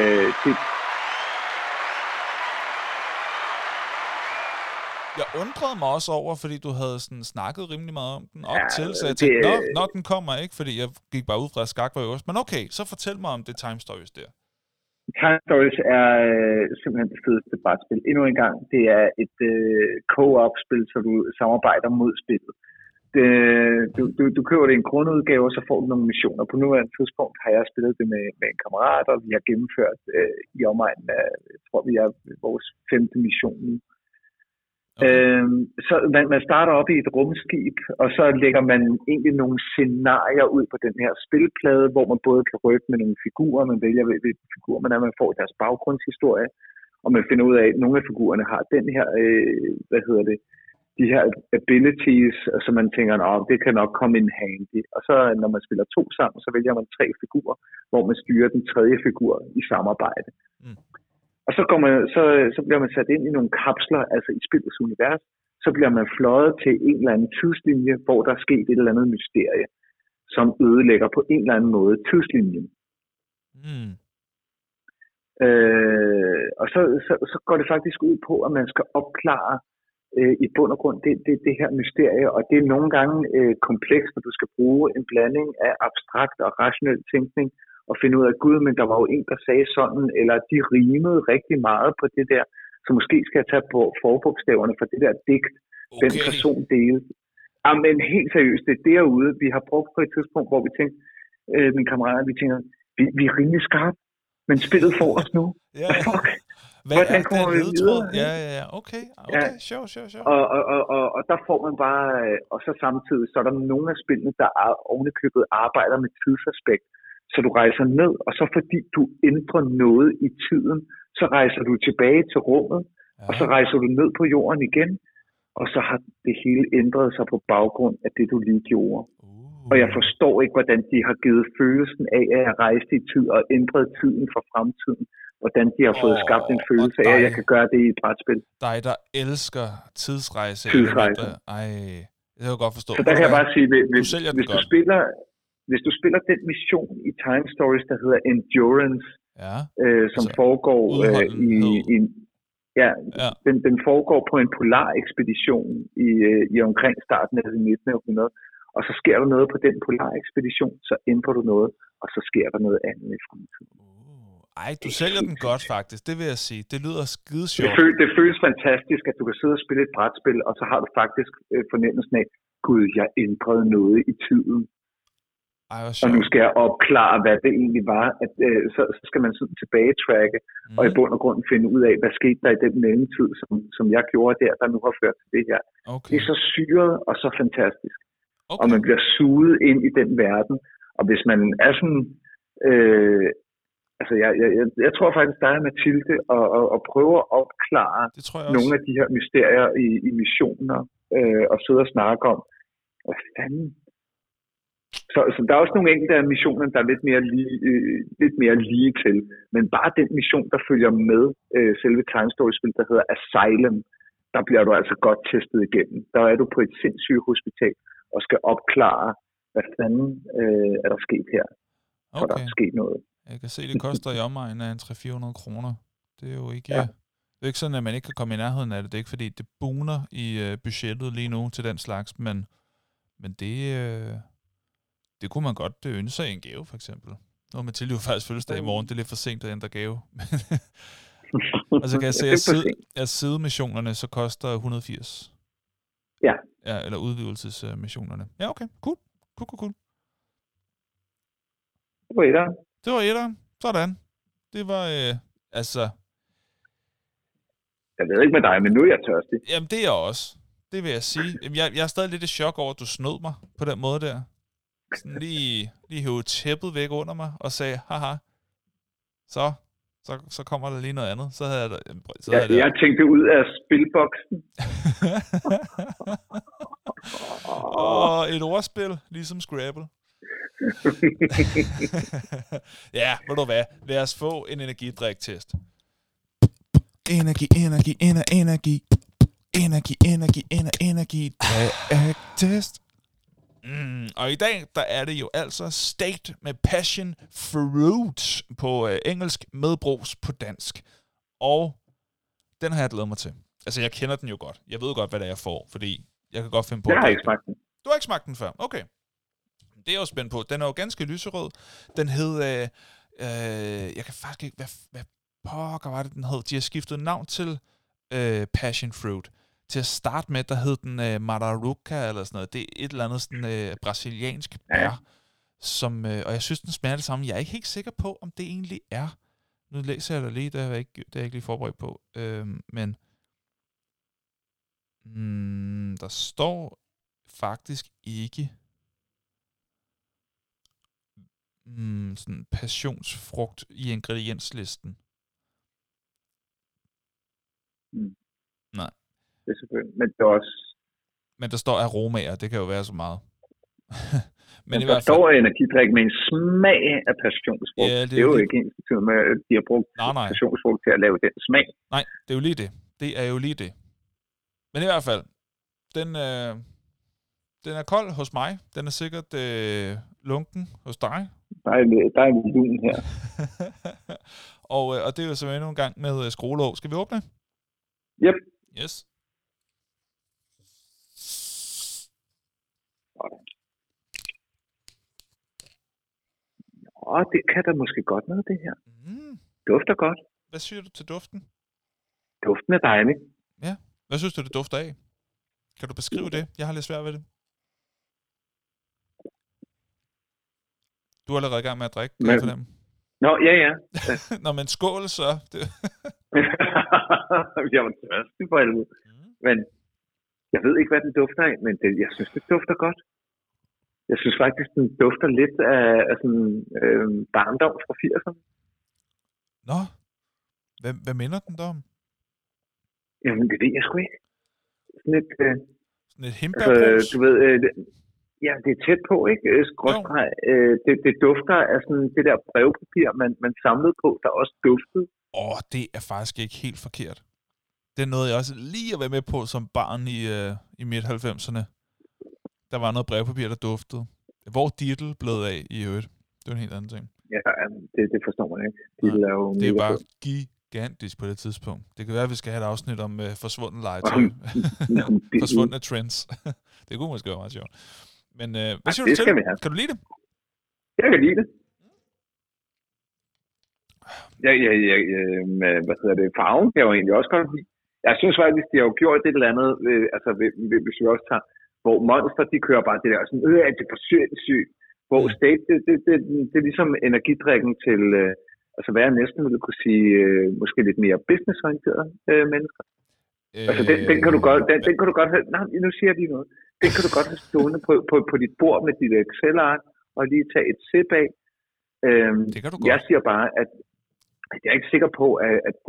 jeg undrede mig også over, fordi du havde sådan snakket rimelig meget om den op til, så jeg tænkte, nå, den kommer ikke, fordi jeg gik bare ud fra, at skak var øverst. Men okay, så fortæl mig om det Time Stories der. Time Stories er simpelthen det fedeste brætspil. Endnu en gang, det er et co-op-spil, så du samarbejder mod spillet. Du køber det i en grundudgave, og så får du nogle missioner. På nuværende tidspunkt har jeg spillet det med en kammerat, og vi har gennemført i omegnen af, jeg tror vi er vores 5. mission nu. Så man starter op i et rumskib, og så lægger man egentlig nogle scenarier ud på den her spilplade, hvor man både kan rykke med nogle figurer, man vælger hvilke figurer man får deres baggrundshistorie, og man finder ud af, at nogle af figurerne har den her, de her abilities, så man tænker, det kan nok komme in handy. Og så når man spiller 2 sammen, så vælger man 3 figurer, hvor man styrer den 3. figur i samarbejde. Og så bliver man sat ind i nogle kapsler, altså i spillets univers. Så bliver man fløjet til en eller anden tidslinje, hvor der er sket et eller andet mysterie, som ødelægger på en eller anden måde tidslinjen. Og så går det faktisk ud på, at man skal opklare i bund og grund det her mysterie, og det er nogle gange komplekst, når du skal bruge en blanding af abstrakt og rationel tænkning, og finde ud af, gud, men der var jo en, der sagde sådan, eller de rimede rigtig meget på det der, så måske skal jeg tage på forbogstaverne for det der digt, den person delte. Men helt seriøst, det er derude, vi har brugt på et tidspunkt, hvor vi tænkte, mine kammerater, vi tænker, vi er rimelig skarpe, men spillet får os nu. Fuck. Hvordan kommer vi videre? Ja, okay, sure. Og der får man bare, og så samtidig, så er der nogle af spillene, der ovenikøbet arbejder med tidsaspekt, Så du rejser ned, og så fordi du ændrer noget i tiden, så rejser du tilbage til rummet, og så rejser du ned på jorden igen, og så har det hele ændret sig på baggrund af det, du lige gjorde. Og jeg forstår ikke, hvordan de har givet følelsen af, at jeg rejste i tid og ændret tiden fra fremtiden. Hvordan de har fået skabt en følelse af, at jeg kan gøre det i et brætspil. Dig, der elsker tidsrejse. Ej, det kan jeg godt forstå. Så der kan jeg bare sige, hvis du spiller den mission i Time Stories, der hedder Endurance, som foregår den foregår på en polar ekspedition i omkring starten af det 19. århundrede. Og så sker der noget på den polar ekspedition, så ændrer du noget, og så sker der noget andet i fremtiden. Ej, du sælger den godt faktisk, det vil jeg sige. Det lyder skide sjovt. Det føles fantastisk, at du kan sidde og spille et brætspil, og så har du faktisk fornemmelsen af, gud, jeg ændrede noget i tiden. Ej, og nu skal jeg opklare, hvad det egentlig var. At, så skal man sådan tilbage-tracke, og i bund og grund finde ud af, hvad skete der i den mellemtid, som jeg gjorde der nu har ført til det her. Okay. Det er så syret og så fantastisk. Okay. Og man bliver suget ind i den verden. Og hvis man er sådan... jeg tror faktisk, der er Mathilde og prøve at opklare nogle af de her mysterier i missioner og sidde og snakke om, hvad fanden? Så der er også nogle enkelte af missionerne, der er lidt mere lige til. Men bare den mission, der følger med selve Time Story-spil, der hedder Asylum, der bliver du altså godt testet igennem. Der er du på et sindssygt hospital og skal opklare, hvad fanden er der sket her, for der er sket noget. Jeg kan se, det koster i omegn af 300-400 kroner. Det er jo ikke... Ja. Det er ikke sådan, at man ikke kan komme i nærheden af det. Det er ikke, fordi det buner i budgettet lige nu til den slags, men det kunne man godt ønske sig i en gave, for eksempel. Nu har Mathilde jo faktisk fødselsdag i morgen. Det er lidt for sent at ændre gave. Og så kan jeg se, at sidemissionerne så koster 180. Ja. Ja, eller udvidelsesmissionerne. Ja, okay. Cool. Det var etteren. Sådan. Det var, Jeg ved ikke med dig, men nu er jeg tørstig. Jamen, det er jeg også. Det vil jeg sige. Jeg er stadig lidt i chok over, at du snød mig på den måde der. Sådan lige hævde tæppet væk under mig og sagde, haha, så kommer der lige noget andet. Så havde jeg jeg tænkte ud af spilboksen. Og et ordspil, ligesom Scrabble. Ja, ved du hvad? Lad os få en energidrik-test. Energi-drik-test. Og i dag, der er det jo altså State med Passion Fruit på engelsk, med brus på dansk. Og den har jeg glædet mig til. Altså, jeg kender den jo godt. Jeg ved godt, hvad det er, jeg får, fordi jeg kan godt finde på... Jeg har ikke smagt den. Du har ikke smagt den før? Okay. Det er jeg jo spændt på. Den er jo ganske lyserød. Den hed... jeg kan faktisk ikke... Hvad pokker var det, den hed? De har skiftet navn til Passion Fruit. Til at starte med, der hed den Mararuca eller sådan noget. Det er et eller andet sådan brasiliansk bær, som... og jeg synes, den smager det samme. Jeg er ikke helt sikker på, om det egentlig er. Nu læser jeg det lige, det er jeg ikke lige forberedt på. Men... der står faktisk ikke... sådan passionsfrugt i ingredienslisten. Nej. Det er selvfølgelig, men det er også... Men der står aromaer, det kan jo være så meget. men der står energidrik med en smag af passionsfrugt. Ja, det er jo ikke ens med, at de har brugt passionsfrugt til at lave den smag. Nej, det er jo lige det. Det er jo lige det. Men i hvert fald, den er kold hos mig. Den er sikkert lunken hos dig. Der er en lun her. og det er jo så endnu en gang med skruelåg. Skal vi åbne? Yep. Yes. Det kan da måske godt noget, det her. Dufter godt. Hvad siger du til duften? Duften er dejlig. Ja. Hvad synes du, det dufter af? Kan du beskrive det? Jeg har lidt svært ved det. Du er allerede i gang med at drikke, kan jeg fornemme. Nå, ja. Nå, men skål så. Jeg var tørstig for helvede. Men jeg ved ikke, hvad den dufter af, men jeg synes, det dufter godt. Jeg synes faktisk, den dufter lidt af sådan barndom fra 80'erne. Nå, hvad minder den da om? Jamen, det ved jeg sgu ikke. Sådan et, Sådan et hindbærbrus? du ved, ja, det er tæt på, ikke? Skråstreg. Det dufter af sådan det der brevpapir, man samlede på, der også duftede. Det er faktisk ikke helt forkert. Det er noget, jeg også lige at være med på som barn i midt-90'erne. Der var noget brevpapir, der duftede. Hvor Diddle blev af i øvrigt. Det var en helt anden ting. Ja, det forstår man ikke. Diddle er jo det er bare gigantisk på det tidspunkt. Det kan være, at vi skal have et afsnit om forsvundne legetøj. Forsvundne trends. Det kunne måske være meget sjovt. Men hvad siger du til det? Kan du lide det? Jeg kan lide det. Hvad hedder det? Farven kan jeg jo egentlig også godt lide. Jeg synes faktisk, de har jo gjort et eller andet, hvis vi også tager, hvor Monster, de kører bare det der sådan, det er for sygt. Hvor State, det er ligesom energidrikken til, altså hvad jeg næsten ville kunne sige, måske lidt mere businessorienterede mennesker. Altså den kan du godt, den kan du godt have, nej, nu siger jeg lige noget. Den kan du godt have stående på dit bord med dit Excel-ark, og lige tage et sip af. Det kan du godt. Jeg siger bare, at jeg er ikke sikker på, at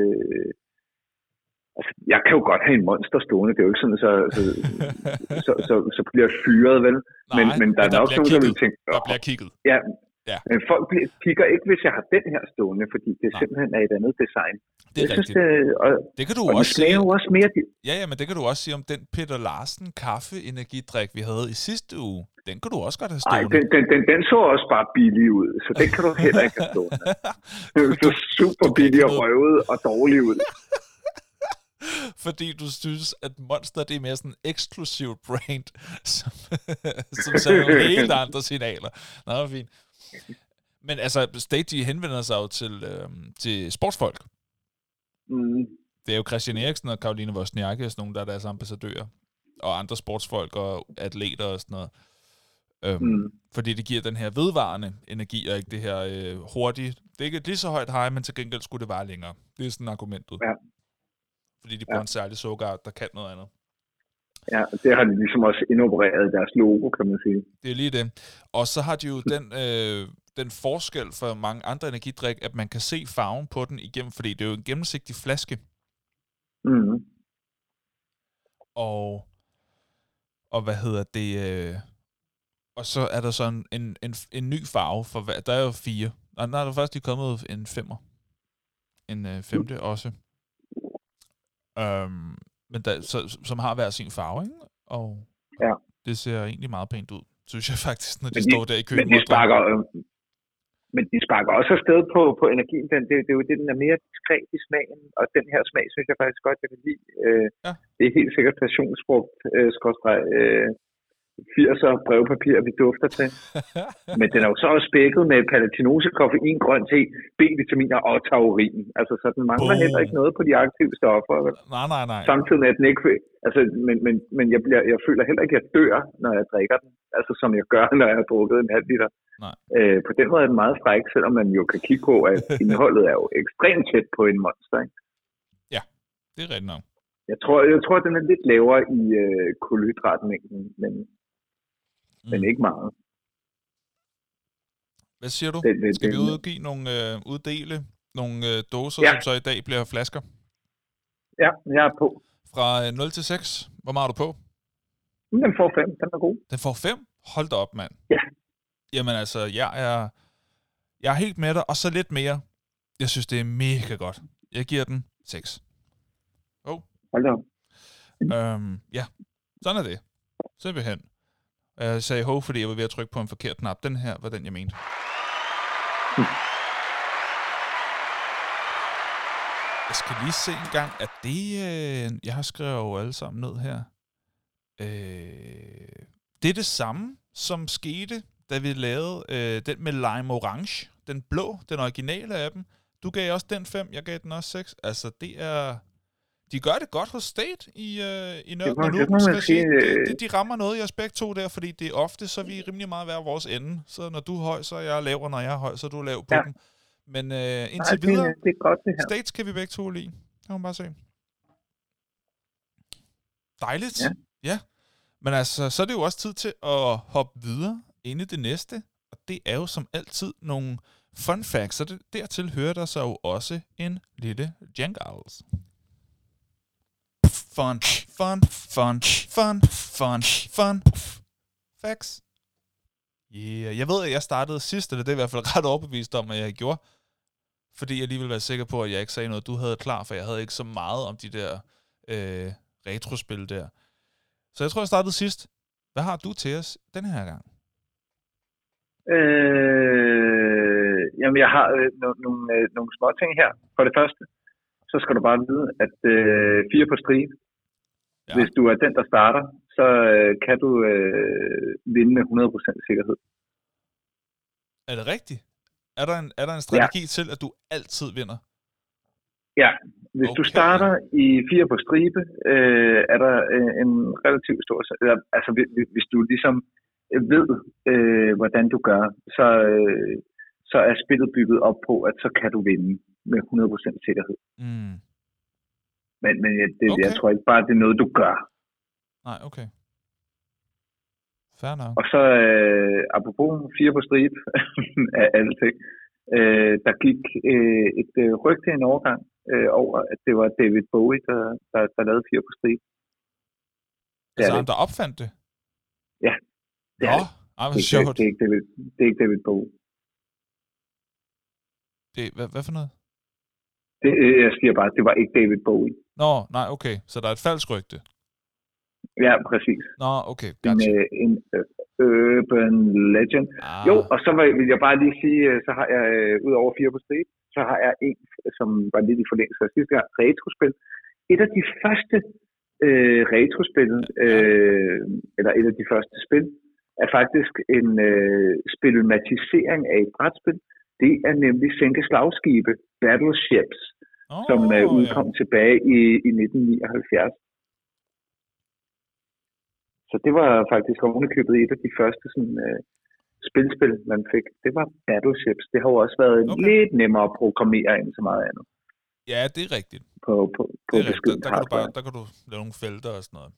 altså, jeg kan jo godt have en Monster stående. Det er jo ikke sådan, så bliver jeg fyret, vel? Nej, men der er nok nogen, der vil tænke... Der bliver kigget. Ja, men folk kigger ikke, hvis jeg har den her stående, fordi det simpelthen er et andet design. Det er rigtigt. Det kan du også sige. Også mere... Ja, men det kan du også sige om den Peter Larsen kaffe-energidrik, vi havde i sidste uge. Den kan du også godt have stående. Nej, den så også bare billig ud, så den kan du heller ikke have stående. Det så super billig og røvet og dårlig ud. Fordi du synes, at Monster det er mere sådan en eksklusiv brand, som sender nogle helt andre signaler. Nå, fint. Men altså, State henvender sig jo til sportsfolk. Det er jo Christian Eriksen og Caroline Wozniacki og sådan nogle, der er deres ambassadører. Og andre sportsfolk og atleter og sådan noget. Fordi det giver den her vedvarende energi, og ikke det her hurtige. Det er ikke lige så højt high, men til gengæld skulle det vare længere. Det er sådan argumentet. Ja. Fordi de bruger en særlig sukkerart, der kan noget andet. Ja, det har de ligesom også indopereret i deres logo, kan man sige. Det er lige det. Og så har de jo den forskel for mange andre energidrik, at man kan se farven på den igennem, fordi det er jo en gennemsigtig flaske. Og hvad hedder det? Og så er der så en ny farve, for der er jo 4. Nej, der er først lige kommet en 5'er. En 5. også. Men som har hver sin farve, ikke? Og det ser egentlig meget pænt ud, synes jeg faktisk, når de står der i køen. Men de sparker også afsted på energien. Det er jo det, den er mere diskret i smagen, og den her smag synes jeg faktisk godt, jeg kan lide. Det er helt sikkert passionsfrugt, 80'er brevpapir, vi dufter til. Men den er jo så også spækket med palatinose, koffein, grøn te, B-vitaminer og taurin. Altså, så den mangler heller ikke noget på de aktive stoffer. Nej. Samtidig med, at den ikke... Altså, men jeg føler heller ikke, at jeg dør, når jeg drikker den. Altså, som jeg gør, når jeg har drukket en halv liter. På den måde er den meget fræk, selvom man jo kan kigge på, at indholdet er jo ekstremt tæt på en Monster, ikke? Ja, det er rigtigt nok. Jeg tror, at den er lidt lavere i kulhydratmængden, men ikke meget. Hvad siger du? Skal vi uddele nogle dåser, som så i dag bliver flasker? Ja, jeg er på. Fra 0 til 6, hvor meget er du på? Den får 5, den er god. Den får 5? Hold da op, mand. Ja. Jamen altså, jeg er helt med dig, og så lidt mere. Jeg synes, det er mega godt. Jeg giver den 6. Hold da op. Ja, sådan er det. Simpelthen. Jeg sagde fordi jeg var ved at trykke på en forkert knap. Den her var den, jeg mente. Jeg skal lige se en gang, at det... jeg har skrevet jo alle sammen ned her. Det er det samme, som skete, da vi lavede den med lime orange. Den blå, den originale af dem. Du gav også den 5, jeg gav den også 6. Altså, det er... De gør det godt hos State i Nørden og Nuben, skal jeg sige. De rammer noget i aspekt 2 der, fordi det er ofte, så er vi rimelig meget hver vores ende. Så når du er høj, så er jeg lav, og når jeg er høj, så er du lav på dem. Men indtil videre, det er godt, det her. State kan vi begge to lide. Det kan man bare se. Dejligt. Ja. Men altså, så er det jo også tid til at hoppe videre ind i det næste. Og det er jo som altid nogle fun facts. Så dertil hører der så jo også en lille jingles. Fun facts. Yeah. Jeg ved, at jeg startede sidst, eller det er i hvert fald ret overbevist om, at jeg gjorde. Fordi jeg lige ville være sikker på, at jeg ikke sagde noget, du havde klar, for jeg havde ikke så meget om de der retrospil der. Så jeg tror, jeg startede sidst. Hvad har du til os den her gang? Jamen, jeg har nogle små ting her. For det første, så skal du bare vide, at 4 på stribe. Ja. Hvis du er den, der starter, så kan du vinde med 100% sikkerhed. Er det rigtigt? Er der en strategi til, at du altid vinder? Ja, hvis du starter i 4 på stribe, er der en relativt stor... Altså, hvis du ligesom ved, hvordan du gør, så er spillet bygget op på, at så kan du vinde med 100% sikkerhed. Mm. Men jeg tror ikke bare, det er noget, du gør. Nej, okay. Fair nok. Og så, apropos 4 på stribe af alle ting, der gik et rygte en overgang over, at det var David Bowie, der lavede 4 på stribe. Altså ham, der opfandt det? Ja. Det er ikke David Bowie. Hvad for noget? Jeg siger bare, at det var ikke David Bowie. Nå, nej, okay. Så der er et falsk rygte? Ja, præcis. Nå, okay. Gotcha. En urban legend. Jo, og så vil jeg bare lige sige, så har jeg, ud over 4 på stribe, så har jeg en, som var lidt i forlængelse af sidste gang, retrospil. Et af de første retrospil, eller et af de første spil, er faktisk en spilmatisering af et brætspil. Det er nemlig Sænke Slagskibe, Battleships, som udkom tilbage i 1979. Så det var faktisk ovenikøbet et af de første sådan, spil, man fik. Det var Battleships. Det har jo også været lidt nemmere at programmere end så meget andet. Ja, det er rigtigt. På det er rigtigt. Der kan du lave nogle felter og sådan noget.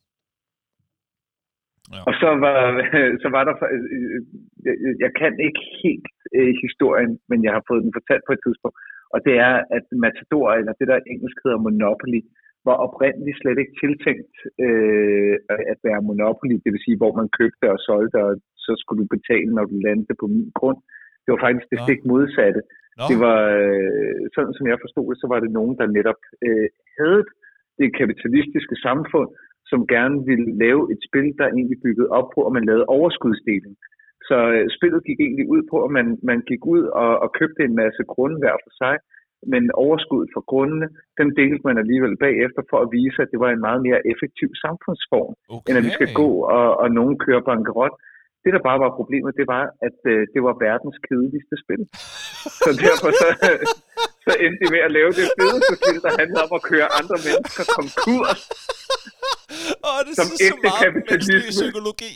Ja. Og så var der... Jeg kan ikke helt historien, men jeg har fået den fortalt på et tidspunkt. Og det er, at Matador, eller det der engelsk hedder Monopoly, var oprindeligt slet ikke tiltænkt at være Monopoly, det vil sige, hvor man købte og solgte, og så skulle du betale, når du landede på min grund. Det var faktisk det stik modsatte. Det var, sådan som jeg forstod det, så var det nogen, der netop havde det kapitalistiske samfund, som gerne ville lave et spil, der egentlig byggede op på, at man lavede overskudsdeling. Så spillet gik egentlig ud på, at man gik ud og købte en masse grunde hver for sig, men overskuddet for grundene, dem delte man alligevel bagefter for at vise, at det var en meget mere effektiv samfundsform, end at vi skal gå og nogen kører bankerot. Det, der bare var problemet, det var, at det var verdens kedeligste spil. Så derfor så endte de med at lave det fedeste spil, der handler om at køre andre mennesker konkurs. Det som synes så meget menneskelig psykologi.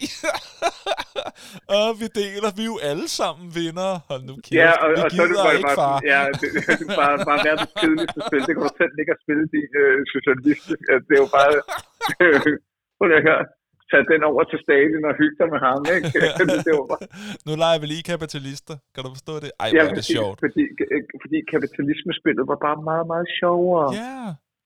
Vi deler, vi er jo alle sammen vinder. Hold nu kæft, ja, og vi gider så ikke, far. Ja, det er bare verdens kedeligste spil. Det kan du selv ikke at spille de socialister. Det er jo bare... Prøv lige at høre. Tag den over til Stalin og hygge dig med ham, ikke? Det var bare... Nu leger vi lige kapitalister. Kan du forstå det? Ej, hvor er det sjovt. Fordi kapitalismespillet var bare meget, meget sjovere. Ja.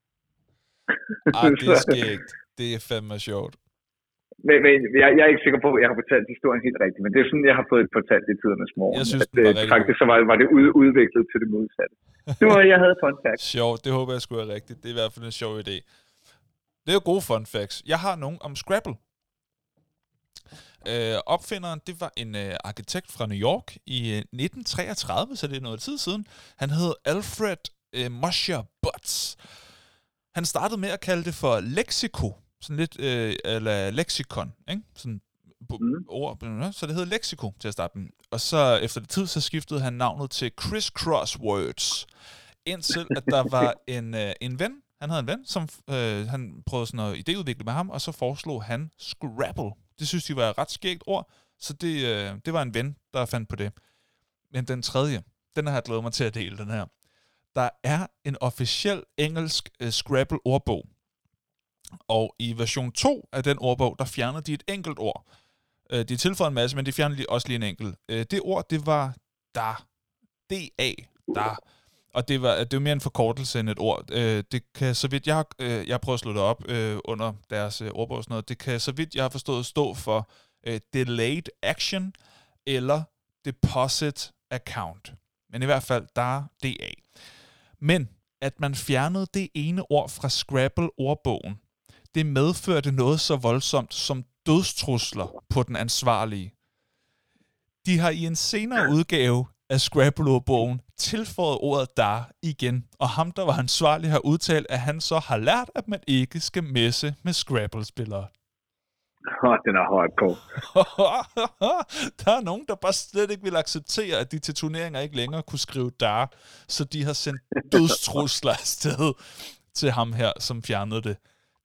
Det er skægt. Det er fandme sjovt. Men jeg er ikke sikker på, at jeg har fortalt historien helt rigtigt, men det er sådan, jeg har fået fortalt i tidernes morgen. Jeg synes, det var faktisk så var det udviklet til det modsatte. Det var, jeg havde fun facts. Sjovt, det håber jeg skulle være rigtigt. Det er i hvert fald en sjov idé. Det er jo gode fun facts. Jeg har nogle om Scrabble. Opfinderen, det var en arkitekt fra New York i 1933, så det er noget tid siden. Han hed Alfred Mosher Butts. Han startede med at kalde det for Lexico, sådan lidt, eller lexikon, ikke? Sådan ord, så det hed Lexico til at starte med. Og så efter det tid, så skiftede han navnet til Criss-Cross Words, indtil at der var en ven. Han havde en ven, som han prøvede sådan at idéudvikle med ham, og så foreslog han Scrabble. Det synes de var et ret skægt ord, så det var en ven, der fandt på det. Men den tredje, den har jeg glædet mig til at dele, den her. Der er en officiel engelsk Scrabble-ordbog. Og i version 2 af den ordbog, der fjernede de et enkelt ord. De tilføjede en masse, men de fjernede også lige en enkelt. Det ord, det var da. D-A. Da. Og det var mere en forkortelse end et ord. Det kan, så vidt jeg har prøvet at slå det op under deres ordbog og sådan noget, det kan, så vidt jeg har forstået, stå for delayed action eller deposit account. Men i hvert fald, der DA. Men at man fjernede det ene ord fra Scrabble-ordbogen, det medførte noget så voldsomt som dødstrusler på den ansvarlige. De har i en senere udgave af Scrabble-ordbogen tilføjet ordet der igen, og ham, der var ansvarlig, har udtalt, at han så har lært, at man ikke skal messe med Scrabble-spillere. Den er hardcore. Der er nogen, der bare slet ikke vil acceptere, at de til turneringer ikke længere kunne skrive der, så de har sendt dødstrusler afsted til ham her, som fjernede det.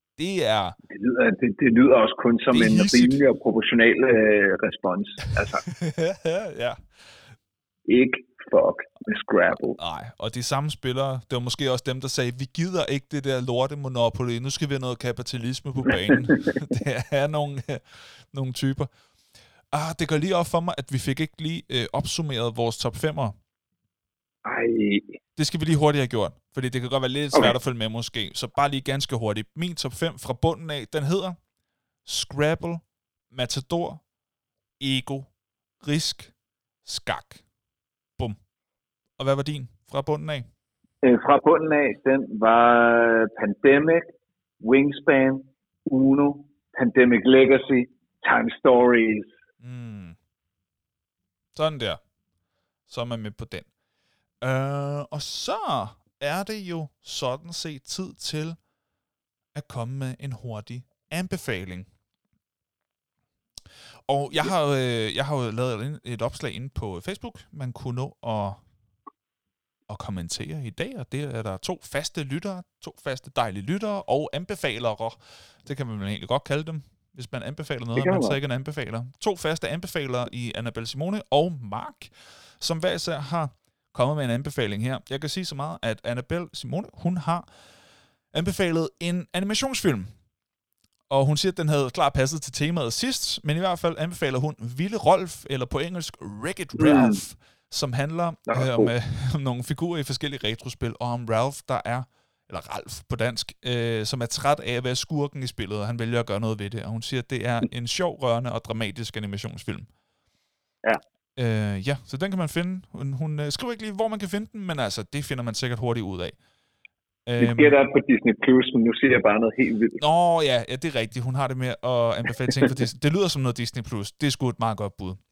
Det lyder også kun som en rimelig og proportional respons. Altså. Ja. Ikke fuck med Scrabble. Nej, og de samme spillere, det var måske også dem, der sagde, vi gider ikke det der lorte Monopoly, nu skal vi have noget kapitalisme på banen. Det er nogle typer. Det går lige op for mig, at vi fik ikke lige opsummeret vores top 5'ere. Ej. Det skal vi lige hurtigt have gjort, fordi det kan godt være lidt svært at følge med måske. Så bare lige ganske hurtigt. Min top 5 fra bunden af, den hedder Scrabble, Matador, Ego, Risk, Skak. Bum. Og hvad var din fra bunden af? Fra bunden af, den var Pandemic, Wingspan, Uno, Pandemic Legacy, Time Stories. Sådan der. Så er man med på den. Og så er det jo sådan set tid til at komme med en hurtig anbefaling. Og jeg har jo lavet et opslag inde på Facebook. Man kunne nå at kommentere i dag, og det er der 2 faste lyttere, 2 faste dejlige lyttere og anbefalere. Det kan man vel egentlig godt kalde dem, hvis man anbefaler noget, og man så ikke en anbefaler. 2 faste anbefalere i Annabelle Simone og Mark, som hver især har kommet med en anbefaling her. Jeg kan sige så meget, at Annabelle Simone, hun har anbefalet en animationsfilm. Og hun siger, at den havde klart passet til temaet sidst, men i hvert fald anbefaler hun Vilde Rolf, eller på engelsk Wreck-It Ralph, som handler om nogle figurer i forskellige retrospil, og om Ralph, eller Ralf på dansk, som er træt af at være skurken i spillet, og han vælger at gøre noget ved det. Og hun siger, at det er en sjov, rørende og dramatisk animationsfilm. Ja. Ja, så den kan man finde. Hun skriver ikke lige, hvor man kan finde den, men altså, det finder man sikkert hurtigt ud af. Det sker der på Disney Plus, men nu siger jeg bare noget helt vildt. Ja, det er rigtigt. Hun har det med at anbefale ting for Disney. Det lyder som noget Disney Plus. Det er sgu et meget godt bud.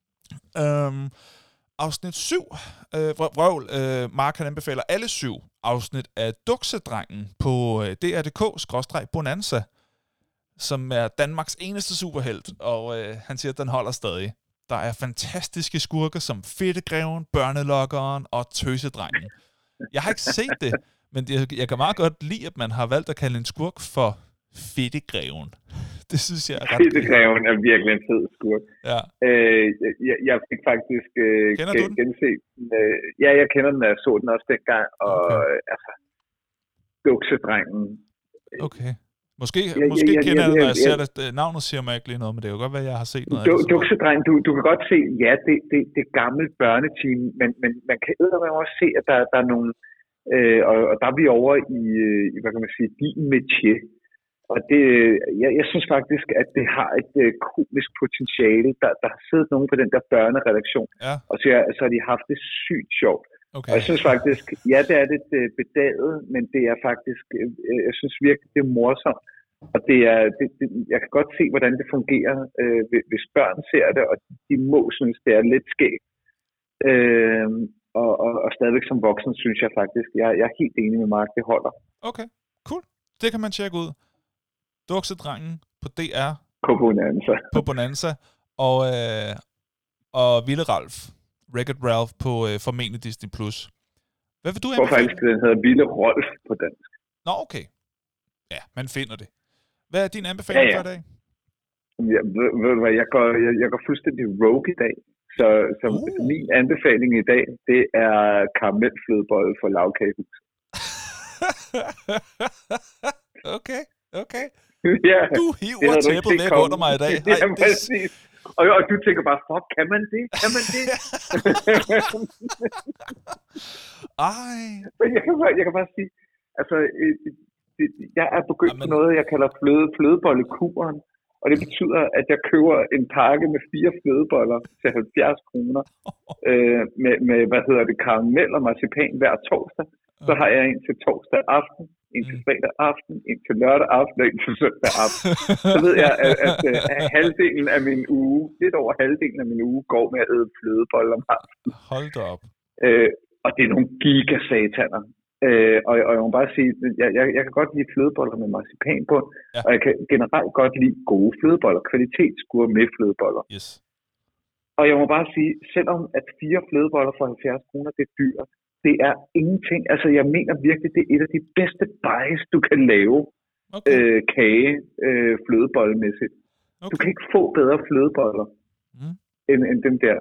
Afsnit 7. Mark han anbefaler alle 7 afsnit af Duksedrengen på dr.dk/Bonanza, som er Danmarks eneste superhelt, og han siger, at den holder stadig. Der er fantastiske skurker som Fedtegreven, Børnelokkeren og Tøsedrengen. Jeg har ikke set det, men jeg kan meget godt lide, at man har valgt at kalde en skurk for Fedtegreven. Det synes jeg er ret... Fedtegreven er virkelig en fed skurk. Ja. Jeg fik faktisk genset den. Ja, jeg kender den, jeg så den også dengang, og altså, Duksedrengen. Okay. Måske kender jeg den, når jeg ser det. Navnet siger mig ikke lige noget, men det kan godt være, at jeg har set noget af det. Duksedrengen, du kan godt se, ja, det er gammelt børneteam, men man kan også se, at der er nogle, og der er vi over i hvad kan man sige, din métier. Og det, jeg synes faktisk, at det har et komisk potentiale. Der har siddet nogen på den der børneredaktion, og så har de haft det sygt sjovt. Okay. Og jeg synes faktisk, ja, det er lidt bedaget, men det er faktisk, jeg synes virkelig, det er morsomt. Og jeg kan godt se, hvordan det fungerer, hvis børn ser det, og de må synes, det er lidt skægt. Og stadigvæk som voksen, synes jeg faktisk, jeg er helt enig med Mark, det holder. Okay, cool. Det kan man tjekke ud. Duksedrengen på DR. På Bonanza. Og Vilde Ralf. Wreck-It Ralph på formentlig Disney+. Hvad vil du anbefale? Hvorfor faktisk den hedder Vilde Rolf på dansk? Nå, okay. Ja, man finder det. Hvad er din anbefaling for i dag? Ja, ved du hvad, jeg går fuldstændig rogue i dag. Så min anbefaling i dag, det er karamelflødebolle for Lavkagehus. Okay. Okay. Ja, Du det hiver havde du ikke tæppet set væk komme. under mig i dag. Ja, Ej, det... præcis. Og du tænker bare, fuck, kan man det? Kan man det? Ej. Men jeg kan bare sige, altså, jeg er begyndt på Jamen. noget, jeg kalder flødebollekuren. Og det betyder, at jeg køber en pakke med 4 flødeboller til 70 kroner. Med karamel og marcipan hver torsdag. Så har jeg en til torsdag aften, en til fredag aften, en til lørdag aften og en til søndag aften. Så ved jeg, at halvdelen af min uge, lidt over halvdelen af min uge, går med at æde flødeboller om aftenen. Hold da op. Og det er nogle gigasataner. Og jeg må bare sige, jeg kan godt lide flødeboller med marcipan på, ja. Og jeg kan generelt godt lide gode flødeboller, kvalitetsskur med flødeboller. Yes. Og jeg må bare sige, selvom at 4 flødeboller for 70 kroner, det er dyrt, det er ingenting. Altså jeg mener virkelig, det er et af de bedste buys, du kan lave kage flødebollemæssigt. Okay. Du kan ikke få bedre flødeboller end dem der.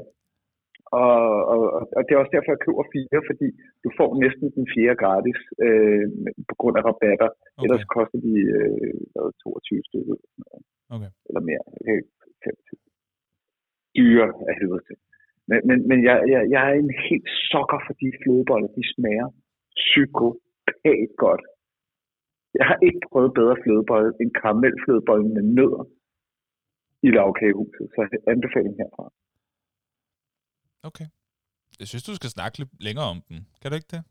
Og det er også derfor, jeg køber 4, fordi du får næsten den 4 gratis på grund af rabatter. Okay. Ellers koster de 22 stykker. Okay. Eller mere. 25. Dyre af helvede til. Men jeg er en helt sokker for de flødeboller. De smager psykopat godt. Jeg har ikke prøvet bedre flødebolle end karamelflødebolle med nødder i lavkagehuset. Så anbefaling herfra. Okay. Jeg synes, du skal snakke lidt længere om den. Kan du ikke det?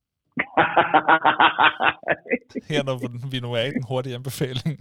Her, når vi nu er i den hurtige anbefaling.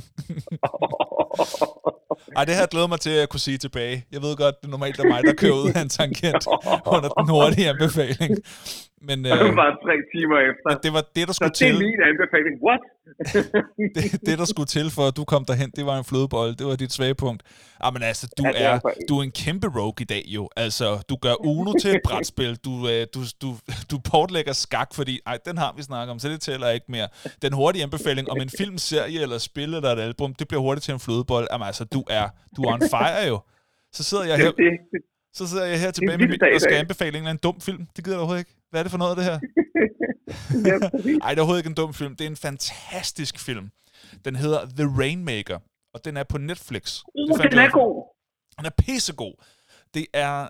Ej, det her glæder mig til at kunne sige tilbage. Jeg ved godt, det er normalt er mig, der kører ud af en tangent under den hurtige anbefaling. Men bare 3 timer efter. Men det var det, der skulle til. Så det er min anbefaling. What? det, der skulle til for, at du kom derhen, det var en flødebolle. Det var dit svagepunkt. Men altså, du er en kæmpe rogue i dag jo. Altså, du gør Uno til et brætspil. Du portlægger skak, fordi den har vi snakket om, så det tæller ikke mere. Den hurtige anbefaling om en film, serie eller spil eller et album, det bliver hurtigt til en flødebolle. Jamen altså, du er on fire jo. Så sidder jeg her tilbage med og skal anbefale en eller anden dum film. Det gider jeg overhovedet ikke. Hvad er det for noget af det her? Ej, det er overhovedet ikke en dum film. Det er en fantastisk film. Den hedder The Rainmaker, og den er på Netflix. Den er god. Den er pissegod. Det er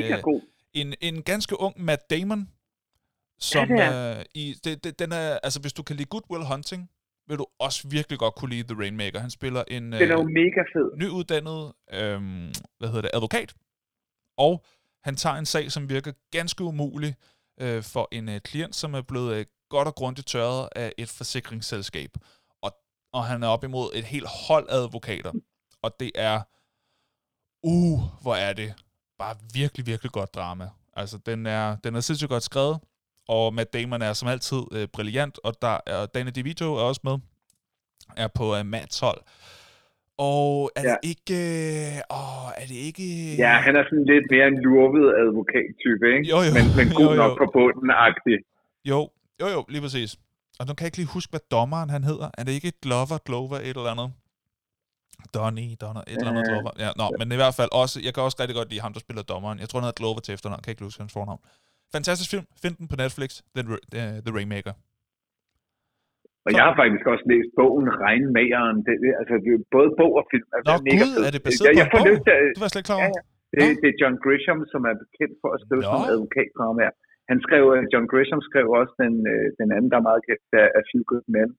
en ganske ung Matt Damon, som den er, altså hvis du kan lide Good Will Hunting, vil du også virkelig godt kunne lide The Rainmaker. Han spiller en den er jo mega fed. Nyuddannet advokat, og han tager en sag, som virker ganske umulig for en klient, som er blevet godt og grundigt tørret af et forsikringsselskab. Og han er op imod et helt hold advokater. Og det er, hvor er det bare virkelig, virkelig godt drama. Altså, den er sindssygt godt skrevet, og Matt Damon er som altid brilliant, og Danny DeVito er også med, er på Matts hold. Og er det ikke... Ja, han er sådan lidt mere en lurvet advokattype, ikke? Jo. Men god nok på bunden-agtig. Jo, lige præcis. Og nu kan jeg ikke lige huske, hvad dommeren han hedder. Er det ikke Glover, et eller andet? Donner, et eller andet Glover. Ja, men i hvert fald også, jeg kan også rigtig godt lide ham, der spiller dommeren. Jeg tror, han hedder Glover til efternavn. Kan ikke huske hans fornavn. Fantastisk film. Find den på Netflix. The Rainmaker. Og jeg har faktisk også læst bogen Regnmageren. Det er både bog og film. Nå gud, er det baseret på en bog? Det var jeg slet ikke klar over. Ja. Det er John Grisham, som er bekendt for at skrive som advokatdramaer. John Grisham skrev også den anden, der er meget kendt, der er Feel Good Men.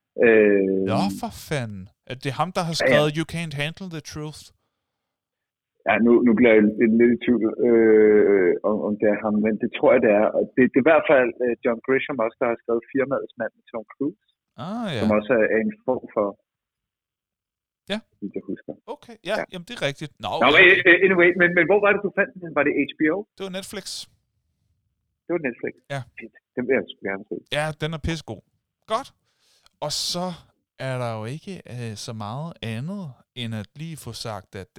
For fanden. Er det ham, der har skrevet You Can't Handle the Truth? Ja, nu bliver jeg lidt i tvivl om det er ham, men det tror jeg, det er. Og det er i hvert fald John Grisham også, der har skrevet Firmaets mand med Tom Cruise. Ja. Som også er en form for... Ja. Hvis jeg husker. Okay, ja. Jamen det er rigtigt. Anyway, men hvor var det, du fandt den? Var det HBO? Det var Netflix. Det var Netflix? Ja. Fedt. Den vil jeg sgu gerne se. Ja, den er pissegod. Godt. Og så er der jo ikke så meget andet, end at lige få sagt, at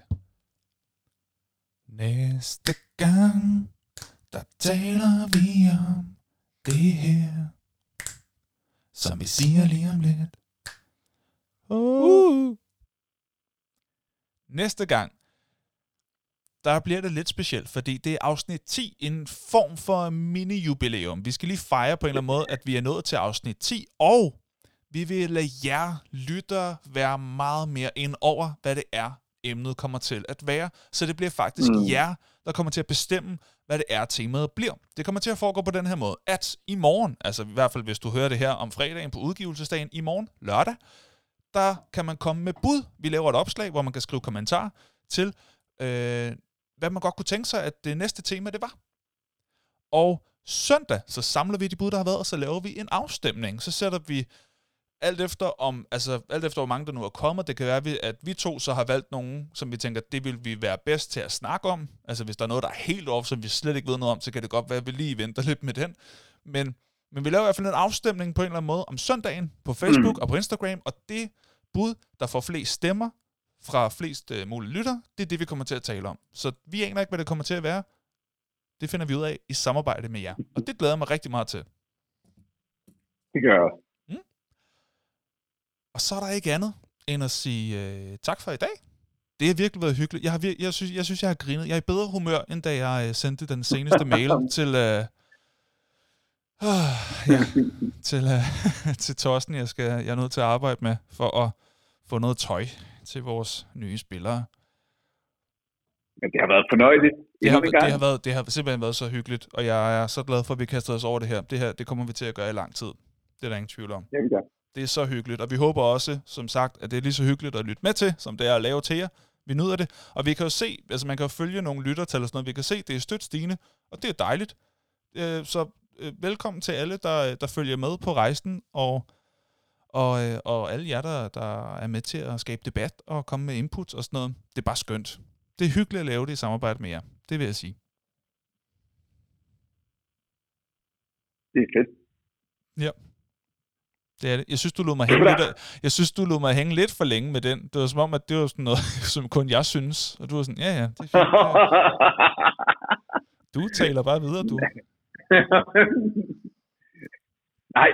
næste gang, der taler vi om det her, som vi siger lige om lidt. Næste gang, der bliver det lidt specielt, fordi det er afsnit 10, en form for mini-jubilæum. Vi skal lige fejre på en eller anden måde, at vi er nået til afsnit 10, og Vi vil lade jer lyttere være meget mere ind over, hvad det er, emnet kommer til at være. Så det bliver faktisk jer, der kommer til at bestemme, hvad det er, temaet bliver. Det kommer til at foregå på den her måde, at i morgen, altså i hvert fald hvis du hører det her om fredagen på udgivelsesdagen, i morgen, lørdag, der kan man komme med bud. Vi laver et opslag, hvor man kan skrive kommentarer til, hvad man godt kunne tænke sig, at det næste tema det var. Og søndag, så samler vi de bud, der har været, og så laver vi en afstemning. Så sætter vi alt efter hvor mange der nu er kommet, det kan være, at vi to så har valgt nogen, som vi tænker, det vil vi være bedst til at snakke om. Altså hvis der er noget, der er helt off, som vi slet ikke ved noget om, så kan det godt være, at vi lige venter lidt med den. Men vi laver i hvert fald en afstemning på en eller anden måde om søndagen på Facebook og på Instagram, og det bud, der får flest stemmer fra flest mulige lytter, det er det, vi kommer til at tale om. Så vi aner ikke, hvad det kommer til at være. Det finder vi ud af i samarbejde med jer. Og det glæder mig rigtig meget til. Det gør jeg. Og så er der ikke andet end at sige tak for i dag. Det har virkelig været hyggeligt. Jeg synes, jeg har grinet. Jeg er i bedre humør, end da jeg sendte den seneste mail til Torsten, jeg er nødt til at arbejde med, for at få noget tøj til vores nye spillere. Men det har været fornøjeligt. Det har simpelthen været så hyggeligt, og jeg er så glad for, at vi kastede os over det her. Det kommer vi til at gøre i lang tid. Det er der ingen tvivl om. Ja, vi gør. Det er så hyggeligt, og vi håber også, som sagt, at det er lige så hyggeligt at lytte med til, som det er at lave til jer. Vi nyder det, og vi kan jo se, altså man kan jo følge nogle lyttertal og sådan noget, vi kan se, det er stødt stigende, og det er dejligt. Så velkommen til alle, der følger med på rejsen, og alle jer, der er med til at skabe debat og komme med input og sådan noget. Det er bare skønt. Det er hyggeligt at lave det i samarbejde med jer. Det vil jeg sige. Det er fedt. Ja. Det er det. Jeg synes, du lod mig hænge lidt for længe med den. Det var som om, at det var sådan noget, som kun jeg synes. Og du var sådan, ja, det er fint. Du taler bare videre, du. Nej,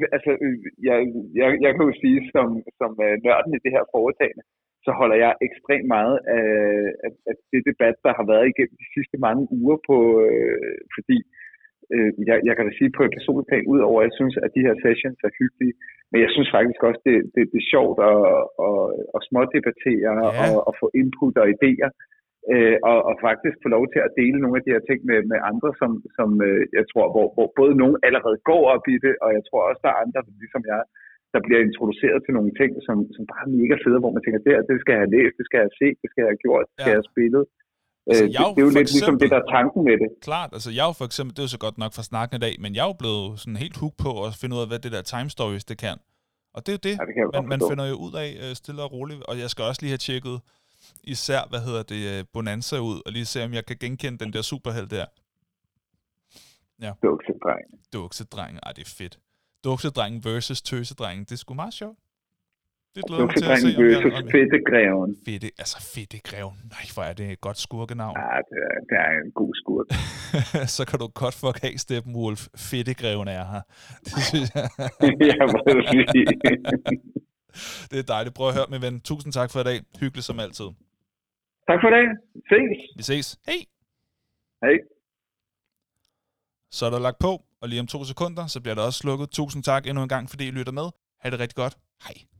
jeg kan jo sige, som nørden i det her foretagende, så holder jeg ekstremt meget af det debat, der har været igennem de sidste mange uger på, fordi jeg kan da sige på et personligt plan, udover at jeg synes, at de her sessions er hyggelige, men jeg synes faktisk også, det er sjovt at smådebattere og få input og idéer, og faktisk få lov til at dele nogle af de her ting med andre, som jeg tror, hvor både nogen allerede går op i det, og jeg tror også, der er andre, ligesom jeg, der bliver introduceret til nogle ting, som bare er mega fede, hvor man tænker, det skal jeg have læst, det skal jeg have set, det skal jeg have gjort, det skal jeg have spillet. Altså, det er jo lidt eksempel, ligesom det, der er tanken med det. Klart, altså jeg for eksempel, det er jo så godt nok fra snakken i dag, men jeg er jo blevet sådan helt hooked på at finde ud af, hvad det der time stories, det kan. Og det er jo det, man finder jo ud af stille og roligt, og jeg skal også lige have tjekket især, Bonanza ud, og lige se, om jeg kan genkende den der superheld der. Ja. Duksedrengen, det er fedt. Duksedrengen versus tøsedrengen, det er sgu meget sjovt. Det glæder mig til at se. Versus Fedtegreven. Fedtegreven. Nej, hvor er det et godt skurkenavn. Ja, det er en god skurk. Så kan du godt fuck af, Steppenwolf. Fedtegreven er her. Det synes jeg. Ja, præcis. Det er dejligt. Prøv at høre, min ven. Tusind tak for i dag. Hyggeligt som altid. Tak for det. Ses. Vi ses. Hej. Hej. Så er der lagt på, og lige om 2 sekunder, så bliver der også slukket. Tusind tak endnu en gang, fordi I lytter med. Ha' det rigtig godt. Hej.